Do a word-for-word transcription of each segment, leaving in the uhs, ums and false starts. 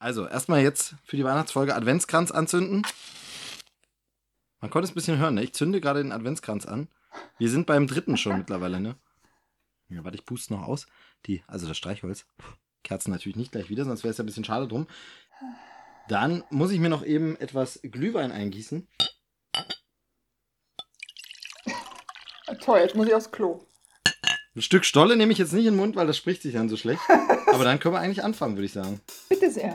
Also, erstmal jetzt für die Weihnachtsfolge Adventskranz anzünden. Man konnte es ein bisschen hören, ne? Ich zünde gerade den Adventskranz an. Wir sind beim dritten schon mittlerweile, ne? Ja, warte, ich puste noch aus. Die, also das Streichholz. Kerzen natürlich nicht gleich wieder, sonst wäre es ja ein bisschen schade drum. Dann muss ich mir noch eben etwas Glühwein eingießen. Toll, jetzt muss ich aufs Klo. Ein Stück Stolle nehme ich jetzt nicht in den Mund, weil das spricht sich dann so schlecht. Aber dann können wir eigentlich anfangen, würde ich sagen. Bitte sehr.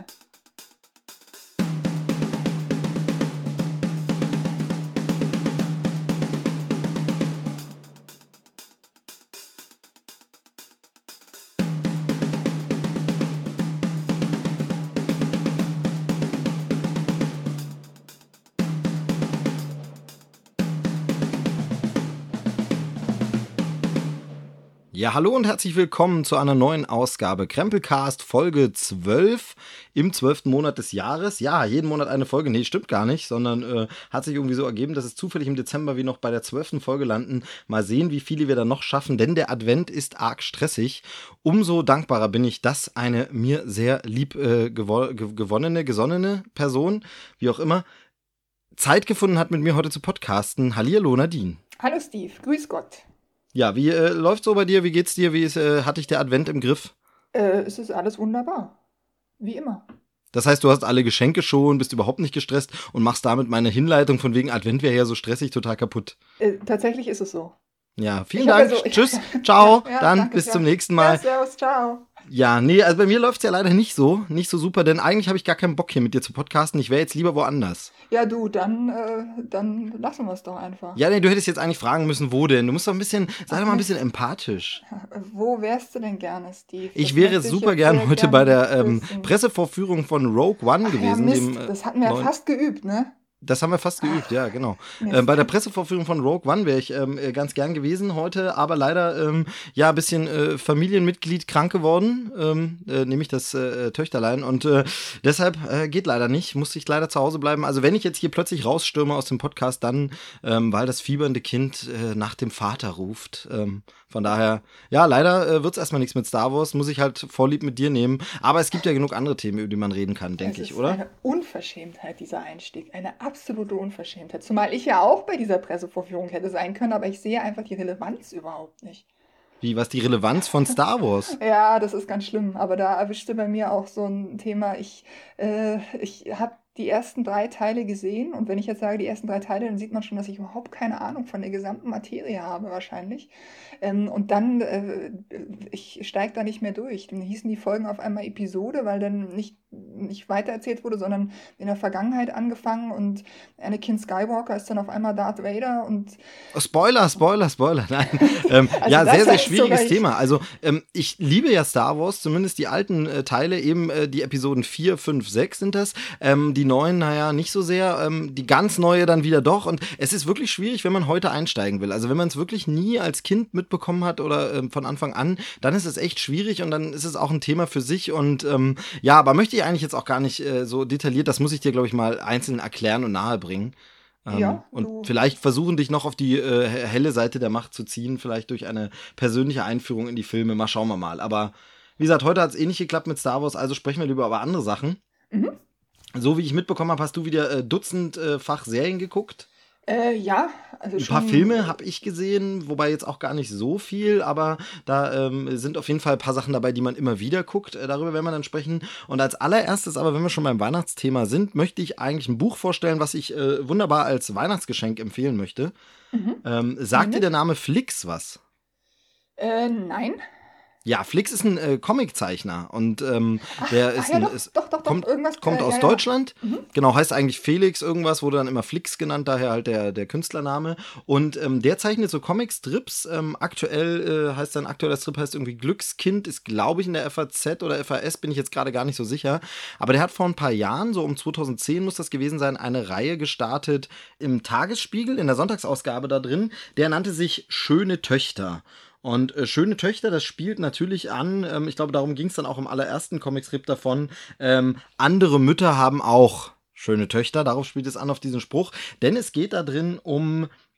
Ja, hallo und herzlich willkommen zu einer neuen Ausgabe Krempelcast Folge zwölf im zwölften Monat des Jahres. Ja, jeden Monat eine Folge. Nee, stimmt gar nicht, sondern äh, hat sich irgendwie so ergeben, dass es zufällig im Dezember wie noch bei der zwölften Folge landen. Mal sehen, wie viele wir da noch schaffen, denn der Advent ist arg stressig. Umso dankbarer bin ich, dass eine mir sehr lieb äh, gewo- ge- gewonnene, gesonnene Person, wie auch immer, Zeit gefunden hat, mit mir heute zu podcasten. Hallihallo, Nadine. Hallo Steve, grüß Gott. Ja, wie äh, läuft's so bei dir? Wie geht's dir? Wie ist, äh, hat dich der Advent im Griff? Äh, es ist alles wunderbar. Wie immer. Das heißt, du hast alle Geschenke schon, bist überhaupt nicht gestresst und machst damit meine Hinleitung von wegen Advent wäre ja so stressig total kaputt. Äh, tatsächlich ist es so. Ja, vielen Ich hab Dank. ja so- Tschüss. Ciao. Ja, Dann danke bis sehr. zum nächsten Ja, Mal. servus, ciao. Ja, nee, also bei mir läuft's ja leider nicht so, nicht so super, denn eigentlich habe ich gar keinen Bock hier mit dir zu podcasten. Ich wäre jetzt lieber woanders. Ja, du, dann, äh, dann lassen wir es doch einfach. Ja, nee, du hättest jetzt eigentlich fragen müssen, wo denn? Du musst doch ein bisschen, sei doch mal ein bisschen empathisch. Äh, Wo wärst du denn gerne, Steve? Ich Das wäre möchte ich super jetzt gern sehr heute gerne bei der ähm, wissen. Pressevorführung von Rogue One Ach ja, gewesen. Mist, dem, äh, das hatten wir ja neuen- fast geübt, ne? Das haben wir fast geübt, ja, genau. Mist. Ähm, bei der Pressevorführung von Rogue One wäre ich ähm, äh, ganz gern gewesen heute, aber leider ähm, ja ein bisschen äh, Familienmitglied krank geworden, ähm, äh, nämlich das äh, Töchterlein und äh, deshalb äh, geht leider nicht, musste ich leider zu Hause bleiben. Also wenn ich jetzt hier plötzlich rausstürme aus dem Podcast, dann ähm, weil das fiebernde Kind äh, nach dem Vater ruft. Ähm, von daher, ja, leider äh, wird's erstmal nichts mit Star Wars, muss ich halt vorlieb mit dir nehmen. Aber es gibt ja genug andere Themen, über die man reden kann, denke Es ich, ist oder? eine Unverschämtheit, dieser Einstieg. Eine absolute Unverschämtheit. Zumal ich ja auch bei dieser Pressevorführung hätte sein können, aber ich sehe einfach die Relevanz überhaupt nicht. Wie, was die Relevanz von Star Wars? Ja, das ist ganz schlimm, aber da erwischte bei mir auch so ein Thema. Ich, äh, ich habe die ersten drei Teile gesehen und wenn ich jetzt sage die ersten drei Teile, dann sieht man schon, dass ich überhaupt keine Ahnung von der gesamten Materie habe wahrscheinlich. Ähm, und dann, äh, ich steige da nicht mehr durch. Dann hießen die Folgen auf einmal Episode, weil dann nicht, nicht weitererzählt wurde, sondern in der Vergangenheit angefangen und Anakin Skywalker ist dann auf einmal Darth Vader und Oh, Spoiler, Spoiler, Spoiler. Nein. ähm, Also ja, das sehr, sehr heißt schwieriges sogar, ich- Thema. Also, ähm, ich liebe ja Star Wars, zumindest die alten äh, Teile, eben äh, die Episoden vier, fünf, sechs sind das. Ähm, die neuen, naja, nicht so sehr. Ähm, die ganz neue dann wieder doch. Und es ist wirklich schwierig, wenn man heute einsteigen will. Also, wenn man es wirklich nie als Kind mitbekommen hat oder ähm, von Anfang an, dann ist es echt schwierig und dann ist es auch ein Thema für sich. Und ähm, ja, aber möchte ich eigentlich jetzt auch gar nicht äh, so detailliert, das muss ich dir, glaube ich, mal einzeln erklären und nahebringen. Ähm, Ja, und du- vielleicht versuchen, dich noch auf die äh, helle Seite der Macht zu ziehen, vielleicht durch eine persönliche Einführung in die Filme. Mal schauen wir mal. Aber wie gesagt, heute hat es eh nicht geklappt mit Star Wars, also sprechen wir lieber über andere Sachen. Mhm. So wie ich mitbekommen habe, hast du wieder äh, dutzendfach Serien geguckt. Äh, ja, also Ein paar schon. Filme habe ich gesehen, wobei jetzt auch gar nicht so viel, aber da ähm, sind auf jeden Fall ein paar Sachen dabei, die man immer wieder guckt. Äh, darüber werden wir dann sprechen. Und als allererstes, aber wenn wir schon beim Weihnachtsthema sind, möchte ich eigentlich ein Buch vorstellen, was ich äh, wunderbar als Weihnachtsgeschenk empfehlen möchte. Mhm. Ähm, sagt Mhm. dir der Name Flix was? Äh, nein. Ja, Flix ist ein äh, Comiczeichner und ähm, der ach ist, ja, ein, doch, ist doch, doch, doch, kommt, irgendwas, kommt äh, aus ja, ja. Deutschland, Mhm. genau, heißt eigentlich Felix irgendwas, wurde dann immer Flix genannt, daher halt der, der Künstlername und ähm, der zeichnet so Comicstrips, ähm, aktuell äh, heißt sein aktueller Strip heißt irgendwie Glückskind, ist glaube ich in der F A Z oder F A S, bin ich jetzt gerade gar nicht so sicher, aber der hat vor ein paar Jahren, so um zweitausendzehn muss das gewesen sein, eine Reihe gestartet im Tagesspiegel, in der Sonntagsausgabe da drin, der nannte sich Schöne Töchter. Und äh, Schöne Töchter, das spielt natürlich an, ähm, ich glaube, darum ging es dann auch im allerersten Comicstrip davon, ähm, andere Mütter haben auch schöne Töchter, darauf spielt es an, auf diesen Spruch, denn es geht da drin um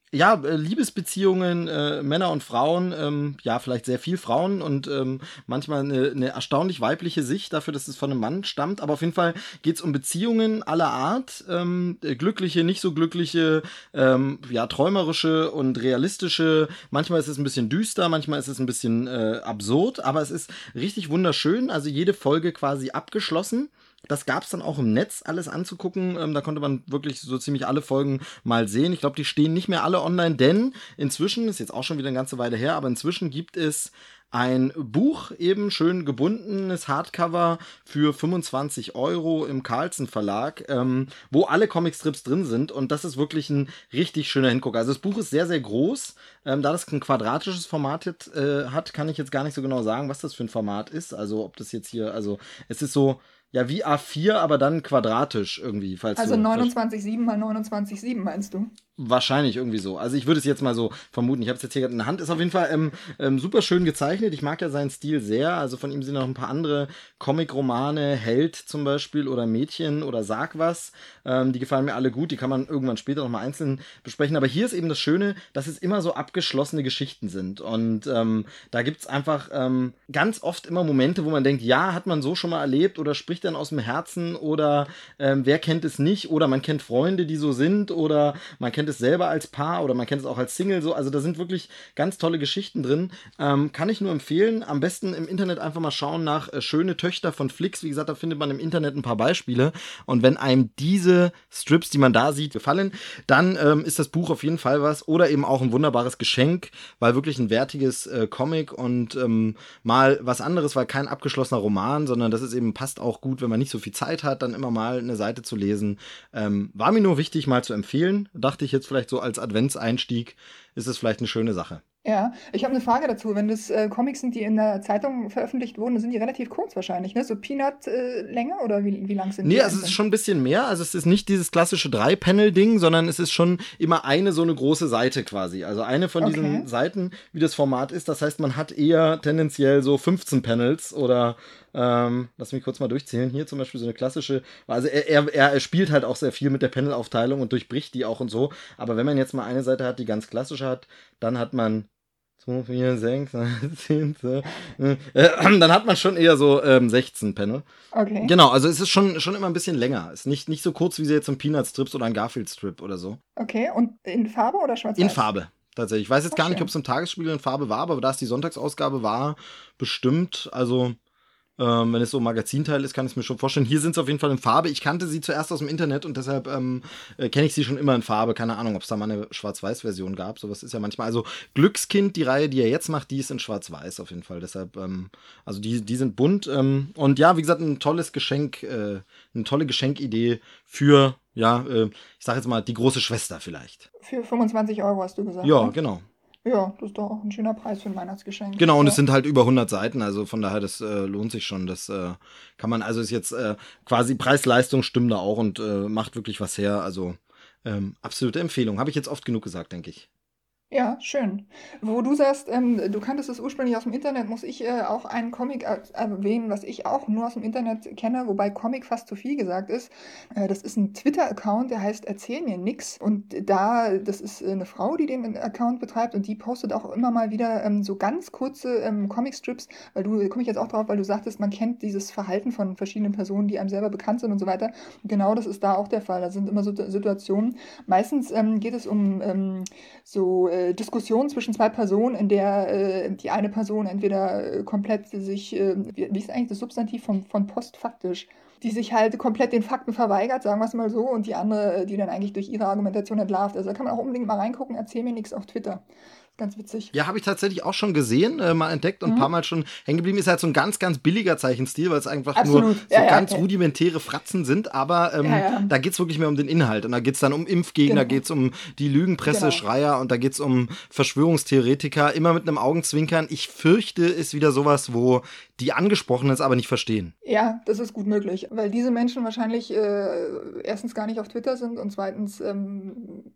Ja, äh, Liebesbeziehungen, äh, Männer und Frauen, ähm, ja, vielleicht sehr viel Frauen und ähm, manchmal eine, eine erstaunlich weibliche Sicht dafür, dass es von einem Mann stammt. Aber auf jeden Fall geht es um Beziehungen aller Art, ähm, äh, glückliche, nicht so glückliche, ähm, ja, träumerische und realistische. Manchmal ist es ein bisschen düster, manchmal ist es ein bisschen äh, absurd, aber es ist richtig wunderschön. Also jede Folge quasi abgeschlossen. Das gab es dann auch im Netz, alles anzugucken. Ähm, da konnte man wirklich so ziemlich alle Folgen mal sehen. Ich glaube, die stehen nicht mehr alle online, denn inzwischen, ist jetzt auch schon wieder eine ganze Weile her, aber inzwischen gibt es ein Buch, eben schön gebundenes Hardcover für fünfundzwanzig Euro im Carlsen Verlag, ähm, wo alle Comicstrips drin sind. Und das ist wirklich ein richtig schöner Hingucker. Also das Buch ist sehr, sehr groß. Ähm, da das ein quadratisches Format hat, äh, hat, kann ich jetzt gar nicht so genau sagen, was das für ein Format ist. Also ob das jetzt hier, also es ist so, ja, wie A vier, aber dann quadratisch irgendwie, falls Also du. neunundzwanzig Komma sieben mal neunundzwanzig Komma sieben meinst du? Wahrscheinlich irgendwie so. Also ich würde es jetzt mal so vermuten. Ich habe es jetzt hier gerade in der Hand. Ist auf jeden Fall ähm, ähm, super schön gezeichnet. Ich mag ja seinen Stil sehr. Also von ihm sind noch ein paar andere Comic-Romane, Held zum Beispiel oder Mädchen oder Sag was. Ähm, die gefallen mir alle gut. Die kann man irgendwann später noch mal einzeln besprechen. Aber hier ist eben das Schöne, dass es immer so abgeschlossene Geschichten sind. Und ähm, da gibt's einfach ähm, ganz oft immer Momente, wo man denkt, ja, hat man so schon mal erlebt oder spricht dann aus dem Herzen oder ähm, wer kennt es nicht oder man kennt Freunde, die so sind oder man kennt es selber als Paar oder man kennt es auch als Single so. Also da sind wirklich ganz tolle Geschichten drin. Ähm, kann ich nur empfehlen. Am besten im Internet einfach mal schauen nach äh, Schöne Töchter von Flix. Wie gesagt, da findet man im Internet ein paar Beispiele. Und wenn einem diese Strips, die man da sieht, gefallen, dann ähm, ist das Buch auf jeden Fall was. Oder eben auch ein wunderbares Geschenk, weil wirklich ein wertiges äh, Comic und ähm, mal was anderes, weil kein abgeschlossener Roman, sondern das ist eben, passt auch gut, wenn man nicht so viel Zeit hat, dann immer mal eine Seite zu lesen. Ähm, war mir nur wichtig, mal zu empfehlen. Dachte ich jetzt vielleicht so als Adventseinstieg, ist es vielleicht eine schöne Sache. Ja, ich habe eine Frage dazu. Wenn das äh, Comics sind, die in der Zeitung veröffentlicht wurden, dann sind die relativ kurz wahrscheinlich, ne? So Peanut-Länge äh, oder wie, wie lang sind Nee, die also es ist einzeln? schon ein bisschen mehr. Also es ist nicht dieses klassische Drei-Panel-Ding, sondern es ist schon immer eine so eine große Seite quasi. Also eine von Okay. diesen Seiten, wie das Format ist. Das heißt, man hat eher tendenziell so fünfzehn Panels oder ähm, lass mich kurz mal durchzählen. Hier zum Beispiel so eine klassische, also er, er, er spielt halt auch sehr viel mit der Panelaufteilung und durchbricht die auch und so. Aber wenn man jetzt mal eine Seite hat, die ganz klassisch hat, dann hat man zwei, vier, sechs, zehn, zwölf, äh, dann hat man schon eher so ähm, sechzehn Panel. Okay. Genau, also es ist schon, schon immer ein bisschen länger. Ist nicht, nicht so kurz wie sie jetzt ein Peanut-Strip oder ein Garfield-Strip oder so. Okay. Und in Farbe oder In schwarz-weiß? Farbe, tatsächlich. Ich weiß jetzt Ach, gar nicht, ob schön. es im Tagesspiegel in Farbe war, aber da es die Sonntagsausgabe war, bestimmt. Also, ähm, wenn es so ein Magazinteil ist, kann ich es mir schon vorstellen. Hier sind es auf jeden Fall in Farbe. Ich kannte sie zuerst aus dem Internet und deshalb ähm, äh, kenne ich sie schon immer in Farbe. Keine Ahnung, ob es da mal eine Schwarz-Weiß-Version gab. Sowas ist ja manchmal. Also Glückskind, die Reihe, die er jetzt macht, die ist in Schwarz-Weiß auf jeden Fall. Deshalb, ähm, also die, die sind bunt. Ähm, und ja, wie gesagt, ein tolles Geschenk, äh, eine tolle Geschenkidee für, ja, äh, ich sag jetzt mal, die große Schwester vielleicht. Für fünfundzwanzig Euro hast du gesagt, Ja, ne? genau. Ja, das ist doch auch ein schöner Preis für ein Weihnachtsgeschenk. Genau, und es Ja. sind halt über hundert Seiten, also von daher, das äh, lohnt sich schon. Das äh, kann man, also ist jetzt äh, quasi Preis-Leistung stimmt da auch und äh, macht wirklich was her. Also ähm, absolute Empfehlung. Habe ich jetzt oft genug gesagt, denke ich. Ja, schön. Wo du sagst, ähm, du kanntest es ursprünglich aus dem Internet, muss ich äh, auch einen Comic er- erwähnen, was ich auch nur aus dem Internet kenne, wobei Comic fast zu viel gesagt ist. Äh, das ist ein Twitter-Account, der heißt Erzähl mir nix. Und da, das ist äh, eine Frau, die den Account betreibt und die postet auch immer mal wieder ähm, so ganz kurze ähm, Comic-Strips, weil du, komme ich jetzt auch drauf, weil du sagtest, man kennt dieses Verhalten von verschiedenen Personen, die einem selber bekannt sind und so weiter. Und genau das ist da auch der Fall. Da sind immer so Situationen. Meistens ähm, geht es um ähm, so äh, Diskussion zwischen zwei Personen, in der äh, die eine Person entweder äh, komplett sich, äh, wie, wie ist eigentlich das Substantiv von, von postfaktisch, die sich halt komplett den Fakten verweigert, sagen wir es mal so, und die andere, äh, die dann eigentlich durch ihre Argumentation entlarvt. Also da kann man auch unbedingt mal reingucken, erzähl mir nichts auf Twitter. Ganz witzig. Ja, habe ich tatsächlich auch schon gesehen, äh, mal entdeckt und ein paar Mhm. Mal schon hängen geblieben. Ist halt so ein ganz, ganz billiger Zeichenstil, weil es einfach nur Absolut. so Ja, ja, ganz ja. rudimentäre Fratzen sind. Aber Ja, ähm, ja. da geht's wirklich mehr um den Inhalt. Und da geht's dann um Impfgegner, Genau. geht's um die Lügenpresse-Schreier und da geht's um Verschwörungstheoretiker, immer mit einem Augenzwinkern. Ich fürchte, ist wieder sowas, wo die Angesprochenen es aber nicht verstehen. Ja, das ist gut möglich, weil diese Menschen wahrscheinlich äh, erstens gar nicht auf Twitter sind und zweitens, ähm, ja,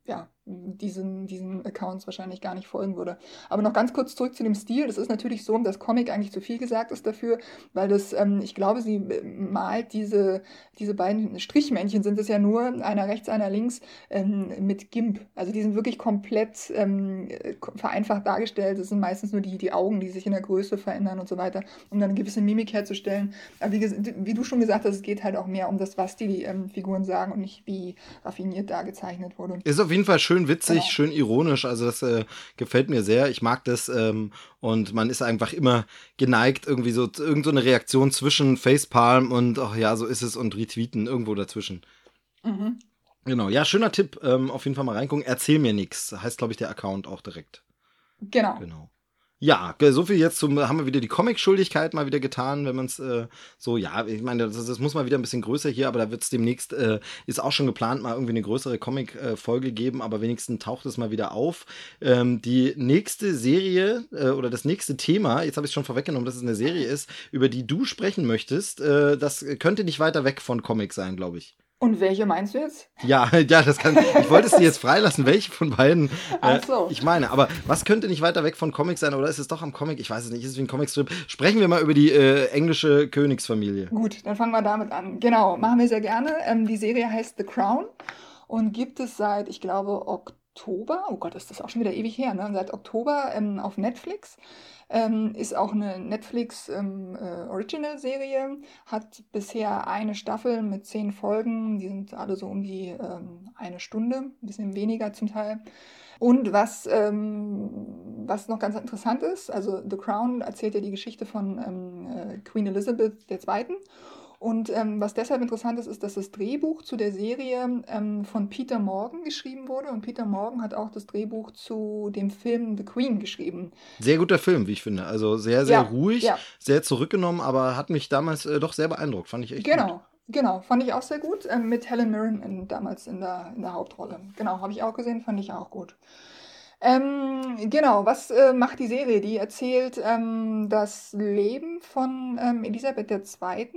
diesen, diesen Accounts wahrscheinlich gar nicht folgen würde. Aber noch ganz kurz zurück zu dem Stil. Das ist natürlich so, dass Comic eigentlich zu viel gesagt ist dafür, weil das, ähm, ich glaube, sie malt diese, diese beiden Strichmännchen, sind es ja nur, einer rechts, einer links, ähm, mit GIMP. Also die sind wirklich komplett ähm, vereinfacht dargestellt. Das sind meistens nur die, die Augen, die sich in der Größe verändern und so weiter, um dann eine gewisse Mimik herzustellen. Aber wie, wie du schon gesagt hast, es geht halt auch mehr um das, was die ähm, Figuren sagen und nicht, wie raffiniert da gezeichnet wurde. Ist auf jeden Fall schön witzig, Genau. schön ironisch, also das äh, gefällt mir sehr. Ich mag das ähm, und man ist einfach immer geneigt, irgendwie so irgend so eine Reaktion zwischen Facepalm und ach ja, so ist es und Retweeten, irgendwo dazwischen. Mhm. Genau, ja, schöner Tipp, ähm, auf jeden Fall mal reingucken. Erzähl mir nix, heißt, glaube ich, der Account auch direkt. Genau. Genau. Ja, so viel jetzt zum, haben wir wieder die Comic-Schuldigkeit mal wieder getan, wenn man es äh, so, ja, ich meine, das, das muss mal wieder ein bisschen größer hier, aber da wird es demnächst, äh, ist auch schon geplant, mal irgendwie eine größere Comic-Folge geben, aber wenigstens taucht es mal wieder auf. Ähm, die nächste Serie äh, oder das nächste Thema, jetzt habe ich es schon vorweggenommen, dass es eine Serie ist, über die du sprechen möchtest, äh, das könnte nicht weiter weg von Comic sein, glaube ich. Und welche meinst du jetzt? Ja, ja, das kann. Ich wollte es dir jetzt freilassen, welche von beiden. Äh, Ach so. Ich meine, aber was könnte nicht weiter weg von Comic sein? Oder ist es doch am Comic? Ich weiß es nicht. Ist es wie ein Comicstrip? Sprechen wir mal über die äh, englische Königsfamilie. Gut, dann fangen wir damit an. Genau, machen wir sehr gerne. Ähm, die Serie heißt The Crown und gibt es seit, ich glaube, Oktober. Oh Gott, ist das auch schon wieder ewig her, ne? Seit Oktober ähm, auf Netflix. Ähm, ist auch eine Netflix ähm, äh, Original-Serie, hat bisher eine Staffel mit zehn Folgen, die sind alle so um die ähm, eine Stunde, ein bisschen weniger zum Teil. Und was, ähm, was noch ganz interessant ist, also The Crown erzählt ja die Geschichte von ähm, äh, Queen Elizabeth der Zweiten. Und ähm, was deshalb interessant ist, ist, dass das Drehbuch zu der Serie ähm, von Peter Morgan geschrieben wurde. Und Peter Morgan hat auch das Drehbuch zu dem Film The Queen geschrieben. Sehr guter Film, wie ich finde. Also sehr, sehr Ja, ruhig, ja. sehr zurückgenommen, aber hat mich damals äh, doch sehr beeindruckt. Fand ich echt gut. Genau, genau, fand ich auch sehr gut. Ähm, mit Helen Mirren in, damals in der, in der Hauptrolle. Genau, habe ich auch gesehen, fand ich auch gut. Ähm, genau, was äh, macht die Serie? Die erzählt ähm, das Leben von ähm, Elisabeth der Zweiten,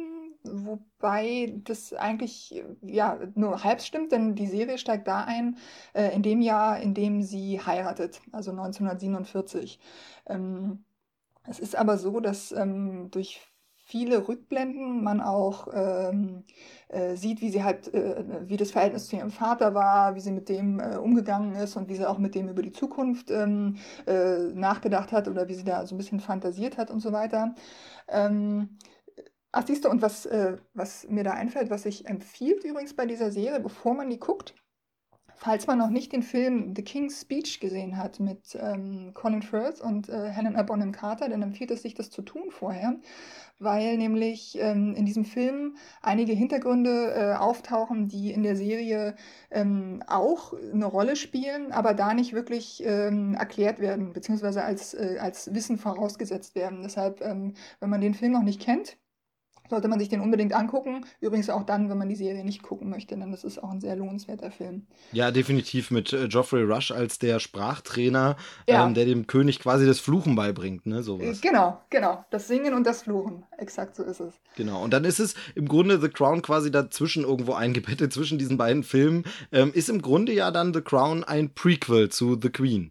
wobei das eigentlich äh, ja nur halb stimmt, denn die Serie steigt da ein, äh, in dem Jahr, in dem sie heiratet, also neunzehnhundertsiebenundvierzig. Ähm, es ist aber so, dass ähm, durch viele Rückblenden man auch ähm, äh, sieht, wie sie halt, äh, wie das Verhältnis zu ihrem Vater war, wie sie mit dem äh, umgegangen ist und wie sie auch mit dem über die Zukunft ähm, äh, nachgedacht hat oder wie sie da so ein bisschen fantasiert hat und so weiter. Ähm, ach, siehst du, und was, äh, was mir da einfällt, was sich empfiehlt übrigens bei dieser Serie, bevor man die guckt, falls man noch nicht den Film The King's Speech gesehen hat mit ähm, Colin Firth und äh, Helena Bonham Carter, dann empfiehlt es sich, das zu tun vorher, weil nämlich ähm, in diesem Film einige Hintergründe äh, auftauchen, die in der Serie ähm, auch eine Rolle spielen, aber da nicht wirklich ähm, erklärt werden, beziehungsweise als, äh, als Wissen vorausgesetzt werden. Deshalb, ähm, wenn man den Film noch nicht kennt, sollte man sich den unbedingt angucken. Übrigens auch dann, wenn man die Serie nicht gucken möchte, denn das ist auch ein sehr lohnenswerter Film. Ja, definitiv mit äh, Geoffrey Rush als der Sprachtrainer, ähm, Ja, der dem König quasi das Fluchen beibringt, ne, äh, sowas. genau, genau. Das Singen und das Fluchen. Exakt so ist es. Genau, und dann ist es im Grunde The Crown quasi dazwischen irgendwo eingebettet, zwischen diesen beiden Filmen. Ähm, ist im Grunde ja dann The Crown ein Prequel zu The Queen.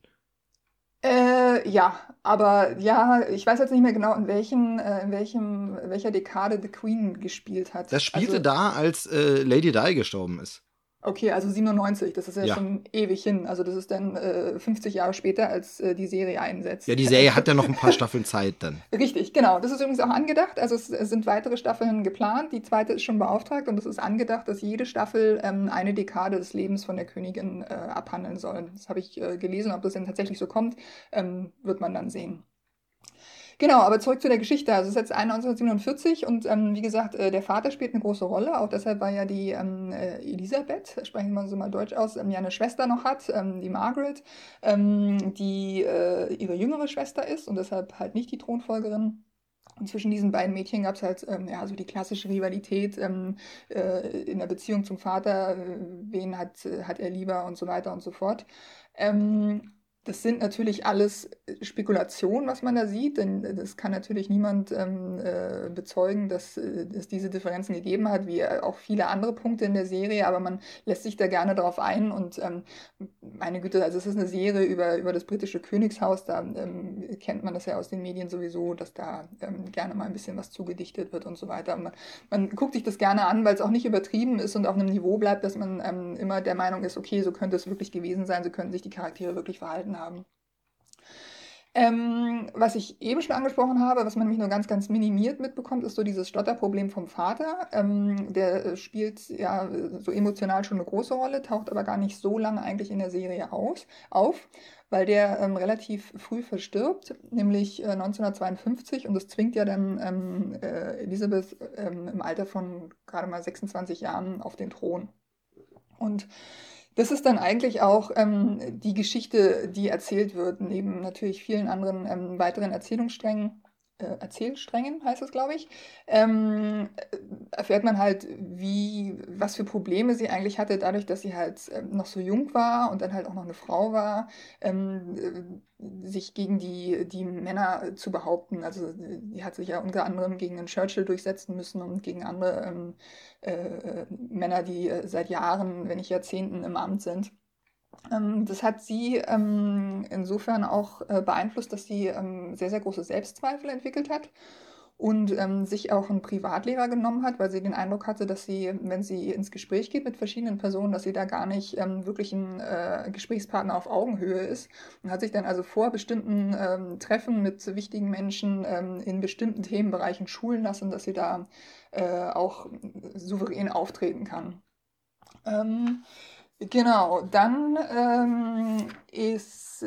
Äh, ja, aber ja, ich weiß jetzt nicht mehr genau, in welchen, äh, in welchem, welcher Dekade The Queen gespielt hat. Das spielte Also, da, als äh, Lady Di gestorben ist. okay, also siebenundneunzig, das ist ja Ja. schon ewig hin. Also das ist dann äh, fünfzig Jahre später, als äh, die Serie einsetzt. Ja, die Serie hat ja noch ein paar Staffeln Zeit dann. Richtig, genau. Das ist übrigens auch angedacht. Also es, es sind weitere Staffeln geplant. Die zweite ist schon beauftragt und es ist angedacht, dass jede Staffel ähm, eine Dekade des Lebens von der Königin äh, abhandeln soll. Das habe ich äh, gelesen. Ob das denn tatsächlich so kommt, ähm, wird man dann sehen. Genau, aber zurück zu der Geschichte. Also es ist jetzt neunzehnhundertsiebenundvierzig und ähm, wie gesagt, äh, der Vater spielt eine große Rolle. Auch deshalb, weil ja die ähm, äh, Elisabeth, sprechen wir so mal Deutsch aus, ähm, ja eine Schwester noch hat, ähm, die Margaret, ähm, die äh, ihre jüngere Schwester ist und deshalb halt nicht die Thronfolgerin. Und zwischen diesen beiden Mädchen gab es halt ähm, ja, so die klassische Rivalität ähm, äh, in der Beziehung zum Vater, äh, wen hat, äh, hat er lieber und so weiter und so fort. Ähm, Das sind natürlich alles Spekulationen, was man da sieht, denn das kann natürlich niemand ähm, äh, bezeugen, dass äh, es diese Differenzen gegeben hat, wie auch viele andere Punkte in der Serie, aber man lässt sich da gerne drauf ein und ähm, meine Güte, also es ist eine Serie über, über das britische Königshaus, da ähm, kennt man das ja aus den Medien sowieso, dass da ähm, gerne mal ein bisschen was zugedichtet wird und so weiter. Man, man guckt sich das gerne an, weil es auch nicht übertrieben ist und auf einem Niveau bleibt, dass man ähm, immer der Meinung ist, okay, so könnte es wirklich gewesen sein, so könnten sich die Charaktere wirklich verhalten haben. Ähm, was ich eben schon angesprochen habe, was man nämlich nur ganz, ganz minimiert mitbekommt, ist so dieses Stotterproblem vom Vater. Ähm, der äh, spielt ja äh, so emotional schon eine große Rolle, taucht aber gar nicht so lange eigentlich in der Serie aus, auf, weil der ähm, relativ früh verstirbt, nämlich äh, neunzehnhundertzweiundfünfzig, und das zwingt ja dann ähm, äh, Elisabeth ähm, im Alter von gerade mal sechsundzwanzig Jahren auf den Thron. Und das ist dann eigentlich auch ähm, die Geschichte, die erzählt wird, neben natürlich vielen anderen ähm, weiteren Erzählungssträngen, äh, Erzählsträngen heißt es, glaube ich, ähm, äh, erfährt man halt, wie, was für Probleme sie eigentlich hatte, dadurch, dass sie halt ähm, noch so jung war und dann halt auch noch eine Frau war, ähm, äh, sich gegen die, die Männer zu behaupten. Also die hat sich ja unter anderem gegen den Churchill durchsetzen müssen und gegen andere ähm, äh, Männer, die äh, seit Jahren, wenn nicht Jahrzehnten im Amt sind. Ähm, das hat sie ähm, insofern auch äh, beeinflusst, dass sie ähm, sehr, sehr große Selbstzweifel entwickelt hat und ähm, sich auch einen Privatlehrer genommen hat, weil sie den Eindruck hatte, dass sie, wenn sie ins Gespräch geht mit verschiedenen Personen, dass sie da gar nicht ähm, wirklich ein äh, Gesprächspartner auf Augenhöhe ist, und hat sich dann also vor bestimmten ähm, Treffen mit wichtigen Menschen ähm, in bestimmten Themenbereichen schulen lassen, dass sie da äh, auch souverän auftreten kann. Ähm, Genau, dann ähm, ist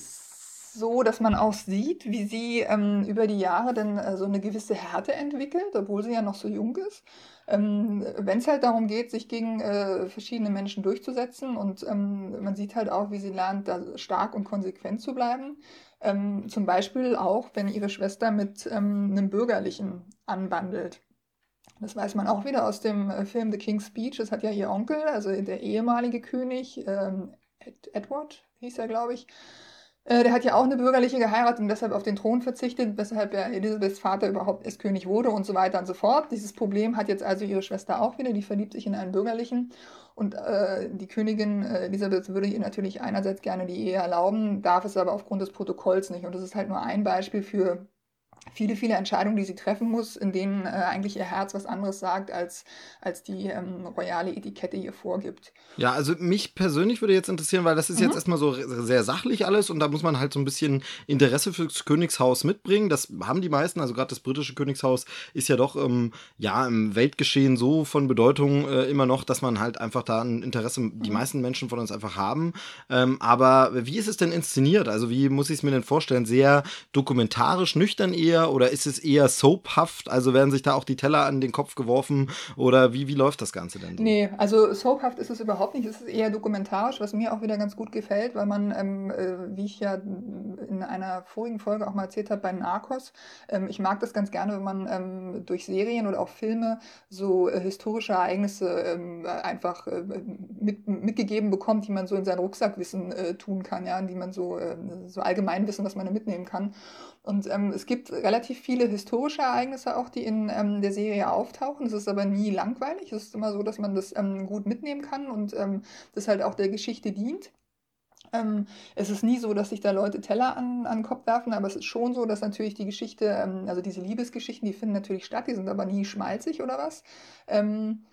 es so, dass man auch sieht, wie sie ähm, über die Jahre dann äh, so eine gewisse Härte entwickelt, obwohl sie ja noch so jung ist. Ähm, wenn es halt darum geht, sich gegen äh, verschiedene Menschen durchzusetzen, und ähm, man sieht halt auch, wie sie lernt, da stark und konsequent zu bleiben. Ähm, zum Beispiel auch, wenn ihre Schwester mit ähm, einem Bürgerlichen anbandelt. Das weiß man auch wieder aus dem äh, Film The King's Speech. Das hat ja ihr Onkel, also der ehemalige König, ähm, Ed Edward hieß er, glaube ich. Äh, der hat ja auch eine bürgerliche geheiratet und deshalb auf den Thron verzichtet, weshalb ja Elisabeths Vater überhaupt erst König wurde und so weiter und so fort. Dieses Problem hat jetzt also ihre Schwester auch wieder. Die verliebt sich in einen bürgerlichen. Und äh, die Königin äh, Elisabeth würde ihr natürlich einerseits gerne die Ehe erlauben, darf es aber aufgrund des Protokolls nicht. Und das ist halt nur ein Beispiel für viele, viele Entscheidungen, die sie treffen muss, in denen äh, eigentlich ihr Herz was anderes sagt, als, als die ähm, royale Etikette ihr vorgibt. Ja, also mich persönlich würde jetzt interessieren, weil das ist Mhm. jetzt erstmal so sehr sachlich alles und da muss man halt so ein bisschen Interesse fürs Königshaus mitbringen. Das haben die meisten, also gerade das britische Königshaus ist ja doch ähm, ja im Weltgeschehen so von Bedeutung äh, immer noch, dass man halt einfach da ein Interesse, die Mhm. meisten Menschen von uns einfach haben. Ähm, aber wie ist es denn inszeniert? Also wie muss ich es mir denn vorstellen? Sehr dokumentarisch, nüchtern eher oder ist es eher soaphaft? Also werden sich da auch die Teller an den Kopf geworfen oder wie, wie läuft das Ganze denn so? Nee, also soaphaft ist es überhaupt nicht. Es ist eher dokumentarisch, was mir auch wieder ganz gut gefällt, weil man, ähm, äh, wie ich ja in einer vorigen Folge auch mal erzählt habe, bei Narcos, ähm, ich mag das ganz gerne, wenn man ähm, durch Serien oder auch Filme so äh, historische Ereignisse ähm, einfach äh, mit, mitgegeben bekommt, die man so in sein Rucksackwissen äh, tun kann, ja, die man so, äh, so Allgemeinwissen, was man da mitnehmen kann. Und ähm, es gibt relativ viele historische Ereignisse auch, die in ähm, der Serie auftauchen. Es ist aber nie langweilig. Es ist immer so, dass man das ähm, gut mitnehmen kann und ähm, das halt auch der Geschichte dient. Ähm, es ist nie so, dass sich da Leute Teller an, an den Kopf werfen, aber es ist schon so, dass natürlich die Geschichte, ähm, also diese Liebesgeschichten, die finden natürlich statt, die sind aber nie schmalzig oder was. Ähm,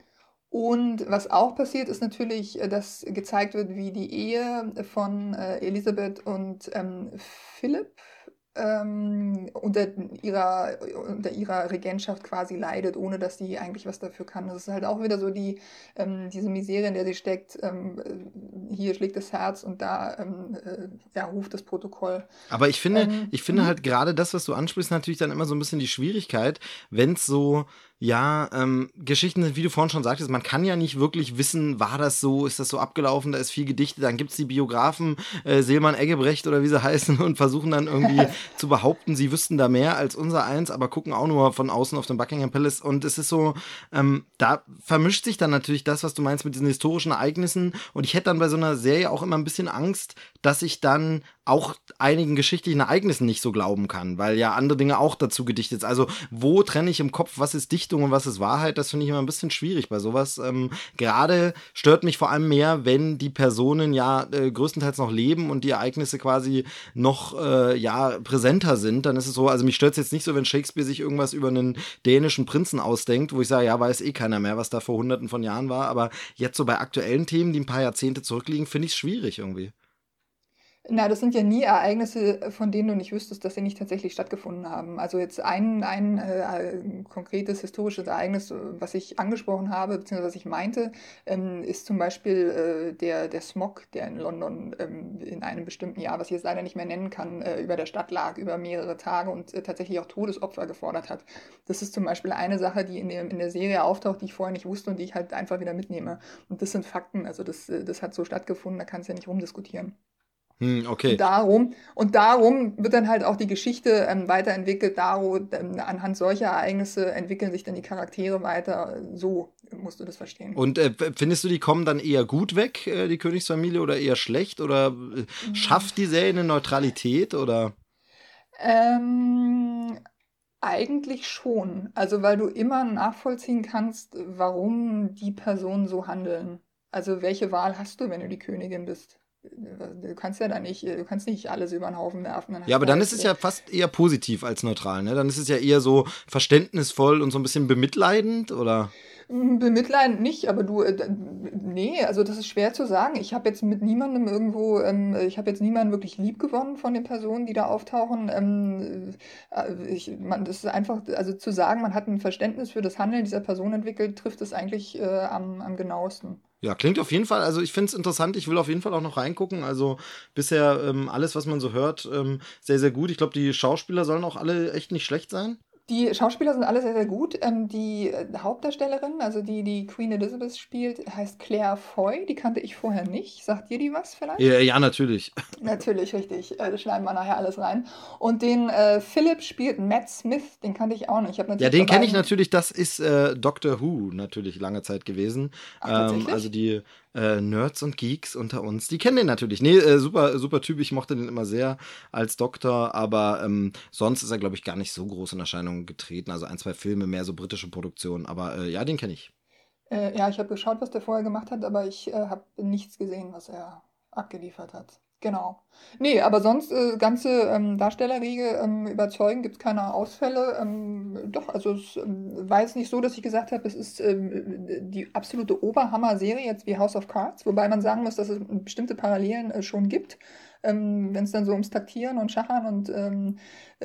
und was auch passiert, ist natürlich, äh, dass gezeigt wird, wie die Ehe von äh, Elisabeth und ähm, Philipp ähm, unter ihrer, unter ihrer Regentschaft quasi leidet, ohne dass sie eigentlich was dafür kann. Das ist halt auch wieder so die, ähm, diese Misere, in der sie steckt. Ähm, äh, hier schlägt das Herz und da ähm, äh, ja, ruft das Protokoll. Aber ich finde, Ähm, ich finde mhm. halt gerade das, was du ansprichst, natürlich dann immer so ein bisschen die Schwierigkeit, wenn es so, ja, ähm, Geschichten sind, wie du vorhin schon sagtest, man kann ja nicht wirklich wissen, war das so, ist das so abgelaufen, da ist viel gedichtet, dann gibt es die Biografen, äh, Seelmann Eggebrecht oder wie sie heißen und versuchen dann irgendwie zu behaupten, sie wüssten da mehr als unser eins, aber gucken auch nur von außen auf den Buckingham Palace und es ist so, ähm, da vermischt sich dann natürlich das, was du meinst mit diesen historischen Ereignissen und ich hätte dann bei so einer Serie auch immer ein bisschen Angst, dass ich dann auch einigen geschichtlichen Ereignissen nicht so glauben kann, weil ja andere Dinge auch dazu gedichtet sind. Also wo trenne ich im Kopf, was ist Dichtung und was ist Wahrheit? Das finde ich immer ein bisschen schwierig bei sowas. Ähm, gerade stört mich vor allem mehr, wenn die Personen ja äh, größtenteils noch leben und die Ereignisse quasi noch äh, ja präsenter sind. Dann ist es so, also mich stört es jetzt nicht so, wenn Shakespeare sich irgendwas über einen dänischen Prinzen ausdenkt, wo ich sage, ja, weiß eh keiner mehr, was da vor hunderten von Jahren war. Aber jetzt so bei aktuellen Themen, die ein paar Jahrzehnte zurückliegen, finde ich es schwierig irgendwie. Na, das sind ja nie Ereignisse, von denen du nicht wüsstest, dass sie nicht tatsächlich stattgefunden haben. Also jetzt ein, ein äh, konkretes historisches Ereignis, äh, was ich angesprochen habe, beziehungsweise was ich meinte, ähm, ist zum Beispiel äh, der, der Smog, der in London ähm, in einem bestimmten Jahr, was ich jetzt leider nicht mehr nennen kann, äh, über der Stadt lag, über mehrere Tage und äh, tatsächlich auch Todesopfer gefordert hat. Das ist zum Beispiel eine Sache, die in der, in der Serie auftaucht, die ich vorher nicht wusste und die ich halt einfach wieder mitnehme. Und das sind Fakten, also das, äh, das hat so stattgefunden, da kannst du ja nicht rumdiskutieren. Hm, Und okay. darum, und darum wird dann halt auch die Geschichte ähm, weiterentwickelt. Darum, ähm, anhand solcher Ereignisse entwickeln sich dann die Charaktere weiter. So musst du das verstehen. Und äh, findest du, die kommen dann eher gut weg, äh, die Königsfamilie, oder eher schlecht? Oder äh, schafft die Serie eine Neutralität? Oder? Ähm, Eigentlich schon. Also, weil du immer nachvollziehen kannst, warum die Personen so handeln. Also, welche Wahl hast du, wenn du die Königin bist? Du kannst ja da nicht, du kannst nicht alles über den Haufen werfen, dann Ja, hast aber du dann halt ist es ja fast eher positiv als neutral, ne? Dann ist es ja eher so verständnisvoll und so ein bisschen bemitleidend, oder? Hm, bemitleidend nicht, aber du, äh, d ne, also das ist schwer zu sagen. Ich habe jetzt mit niemandem irgendwo ähm, ich habe jetzt niemanden wirklich liebgewonnen von den Personen, die da auftauchen. Ähm, äh, ich man das ist einfach also zu sagen, man hat ein Verständnis für das Handeln dieser Person entwickelt, trifft es eigentlich, äh, am am genauesten. Ja, klingt auf jeden Fall, also ich finde es interessant, ich will auf jeden Fall auch noch reingucken. Also bisher ähm, alles, was man so hört, ähm, sehr, sehr gut. Ich glaube, die Schauspieler sollen auch alle echt nicht schlecht sein. Die Schauspieler sind alle sehr, sehr gut. Ähm, die äh, Hauptdarstellerin, also die, die Queen Elizabeth spielt, heißt Claire Foy. Die kannte ich vorher nicht. Sagt dir die was Ja, vielleicht? ja, natürlich. Natürlich, richtig. Äh, das schneiden wir nachher alles rein. Und den äh, Philip spielt Matt Smith, den kannte ich auch nicht. Ich habe Ja, natürlich bei den kenne ich beiden. natürlich, das ist äh, Doctor Who natürlich lange Zeit gewesen. Ach, Ähm, also tatsächlich? die äh, Nerds und Geeks unter uns, die kennen den natürlich. Nee, äh, super, super Typ, ich mochte den immer sehr als Doktor, aber ähm, sonst ist er, glaube ich, gar nicht so groß in Erscheinung getreten. Also ein, zwei Filme, mehr so britische Produktionen, aber äh, ja, den kenne ich. Äh, ja, ich habe geschaut, was der vorher gemacht hat, aber ich äh, habe nichts gesehen, was er abgeliefert hat. Genau. Nee, aber sonst äh, ganze ähm, Darstellerriege ähm, überzeugen, gibt es keine Ausfälle. Ähm, doch, also es ähm, war jetzt nicht so, dass ich gesagt habe, es ist ähm, die absolute Oberhammer-Serie, jetzt wie House of Cards, wobei man sagen muss, dass es bestimmte Parallelen äh, schon gibt, ähm, wenn es dann so ums Taktieren und Schachern und ähm,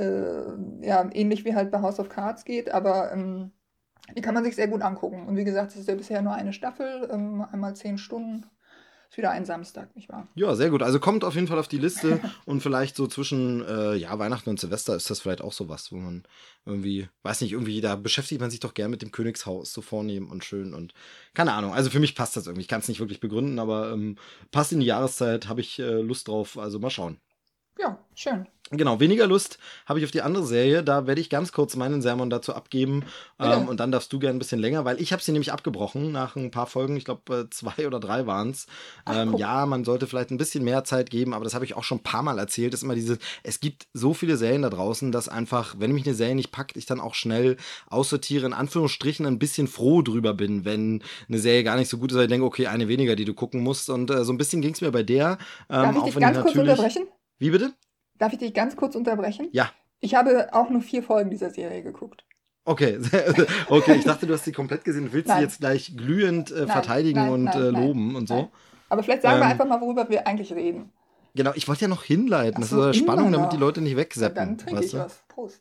äh, ja, ähnlich wie halt bei House of Cards geht, aber ähm, die kann man sich sehr gut angucken. Und wie gesagt, es ist ja bisher nur eine Staffel, ähm, einmal zehn Stunden. Ist wieder ein Samstag, nicht wahr? Ja, sehr gut. Also kommt auf jeden Fall auf die Liste und vielleicht so zwischen äh, ja, Weihnachten und Silvester ist das vielleicht auch sowas, wo man irgendwie, weiß nicht, irgendwie, da beschäftigt man sich doch gern mit dem Königshaus, so vornehm und schön und keine Ahnung. Also für mich passt das irgendwie. Ich kann es nicht wirklich begründen, aber ähm, passt in die Jahreszeit, habe ich äh, Lust drauf. Also mal schauen. Ja, schön. Genau, weniger Lust habe ich auf die andere Serie. Da werde ich ganz kurz meinen Sermon dazu abgeben. Ähm, Bitte. und dann darfst du gerne ein bisschen länger, weil ich habe sie nämlich abgebrochen nach ein paar Folgen. Ich glaube, äh, zwei oder drei waren es. Ach, Ähm, guck. ja, man sollte vielleicht ein bisschen mehr Zeit geben, aber das habe ich auch schon ein paar Mal erzählt. Das ist immer dieses, es gibt so viele Serien da draußen, dass einfach, wenn mich eine Serie nicht packt, ich dann auch schnell aussortiere, in Anführungsstrichen ein bisschen froh drüber bin, wenn eine Serie gar nicht so gut ist, weil ich denke, okay, eine weniger, die du gucken musst. Und äh, so ein bisschen ging es mir bei der. Darf Ähm, ich auch dich wenn ich ganz kurz natürlich. unterbrechen? Wie bitte? Darf ich dich ganz kurz unterbrechen? Ja. Ich habe auch nur vier Folgen dieser Serie geguckt. Okay, okay, ich dachte, du hast sie komplett gesehen und willst sie Nein, jetzt gleich glühend äh, nein, verteidigen nein, und nein, äh, nein, loben und nein. so. Aber vielleicht sagen wir Ähm, einfach mal, worüber wir eigentlich reden. genau, ich wollte ja noch hinleiten, Ach das so, ist immer Spannung, damit die noch. Leute nicht Na, dann wegseppen, trinke weißt ich du? was. Prost.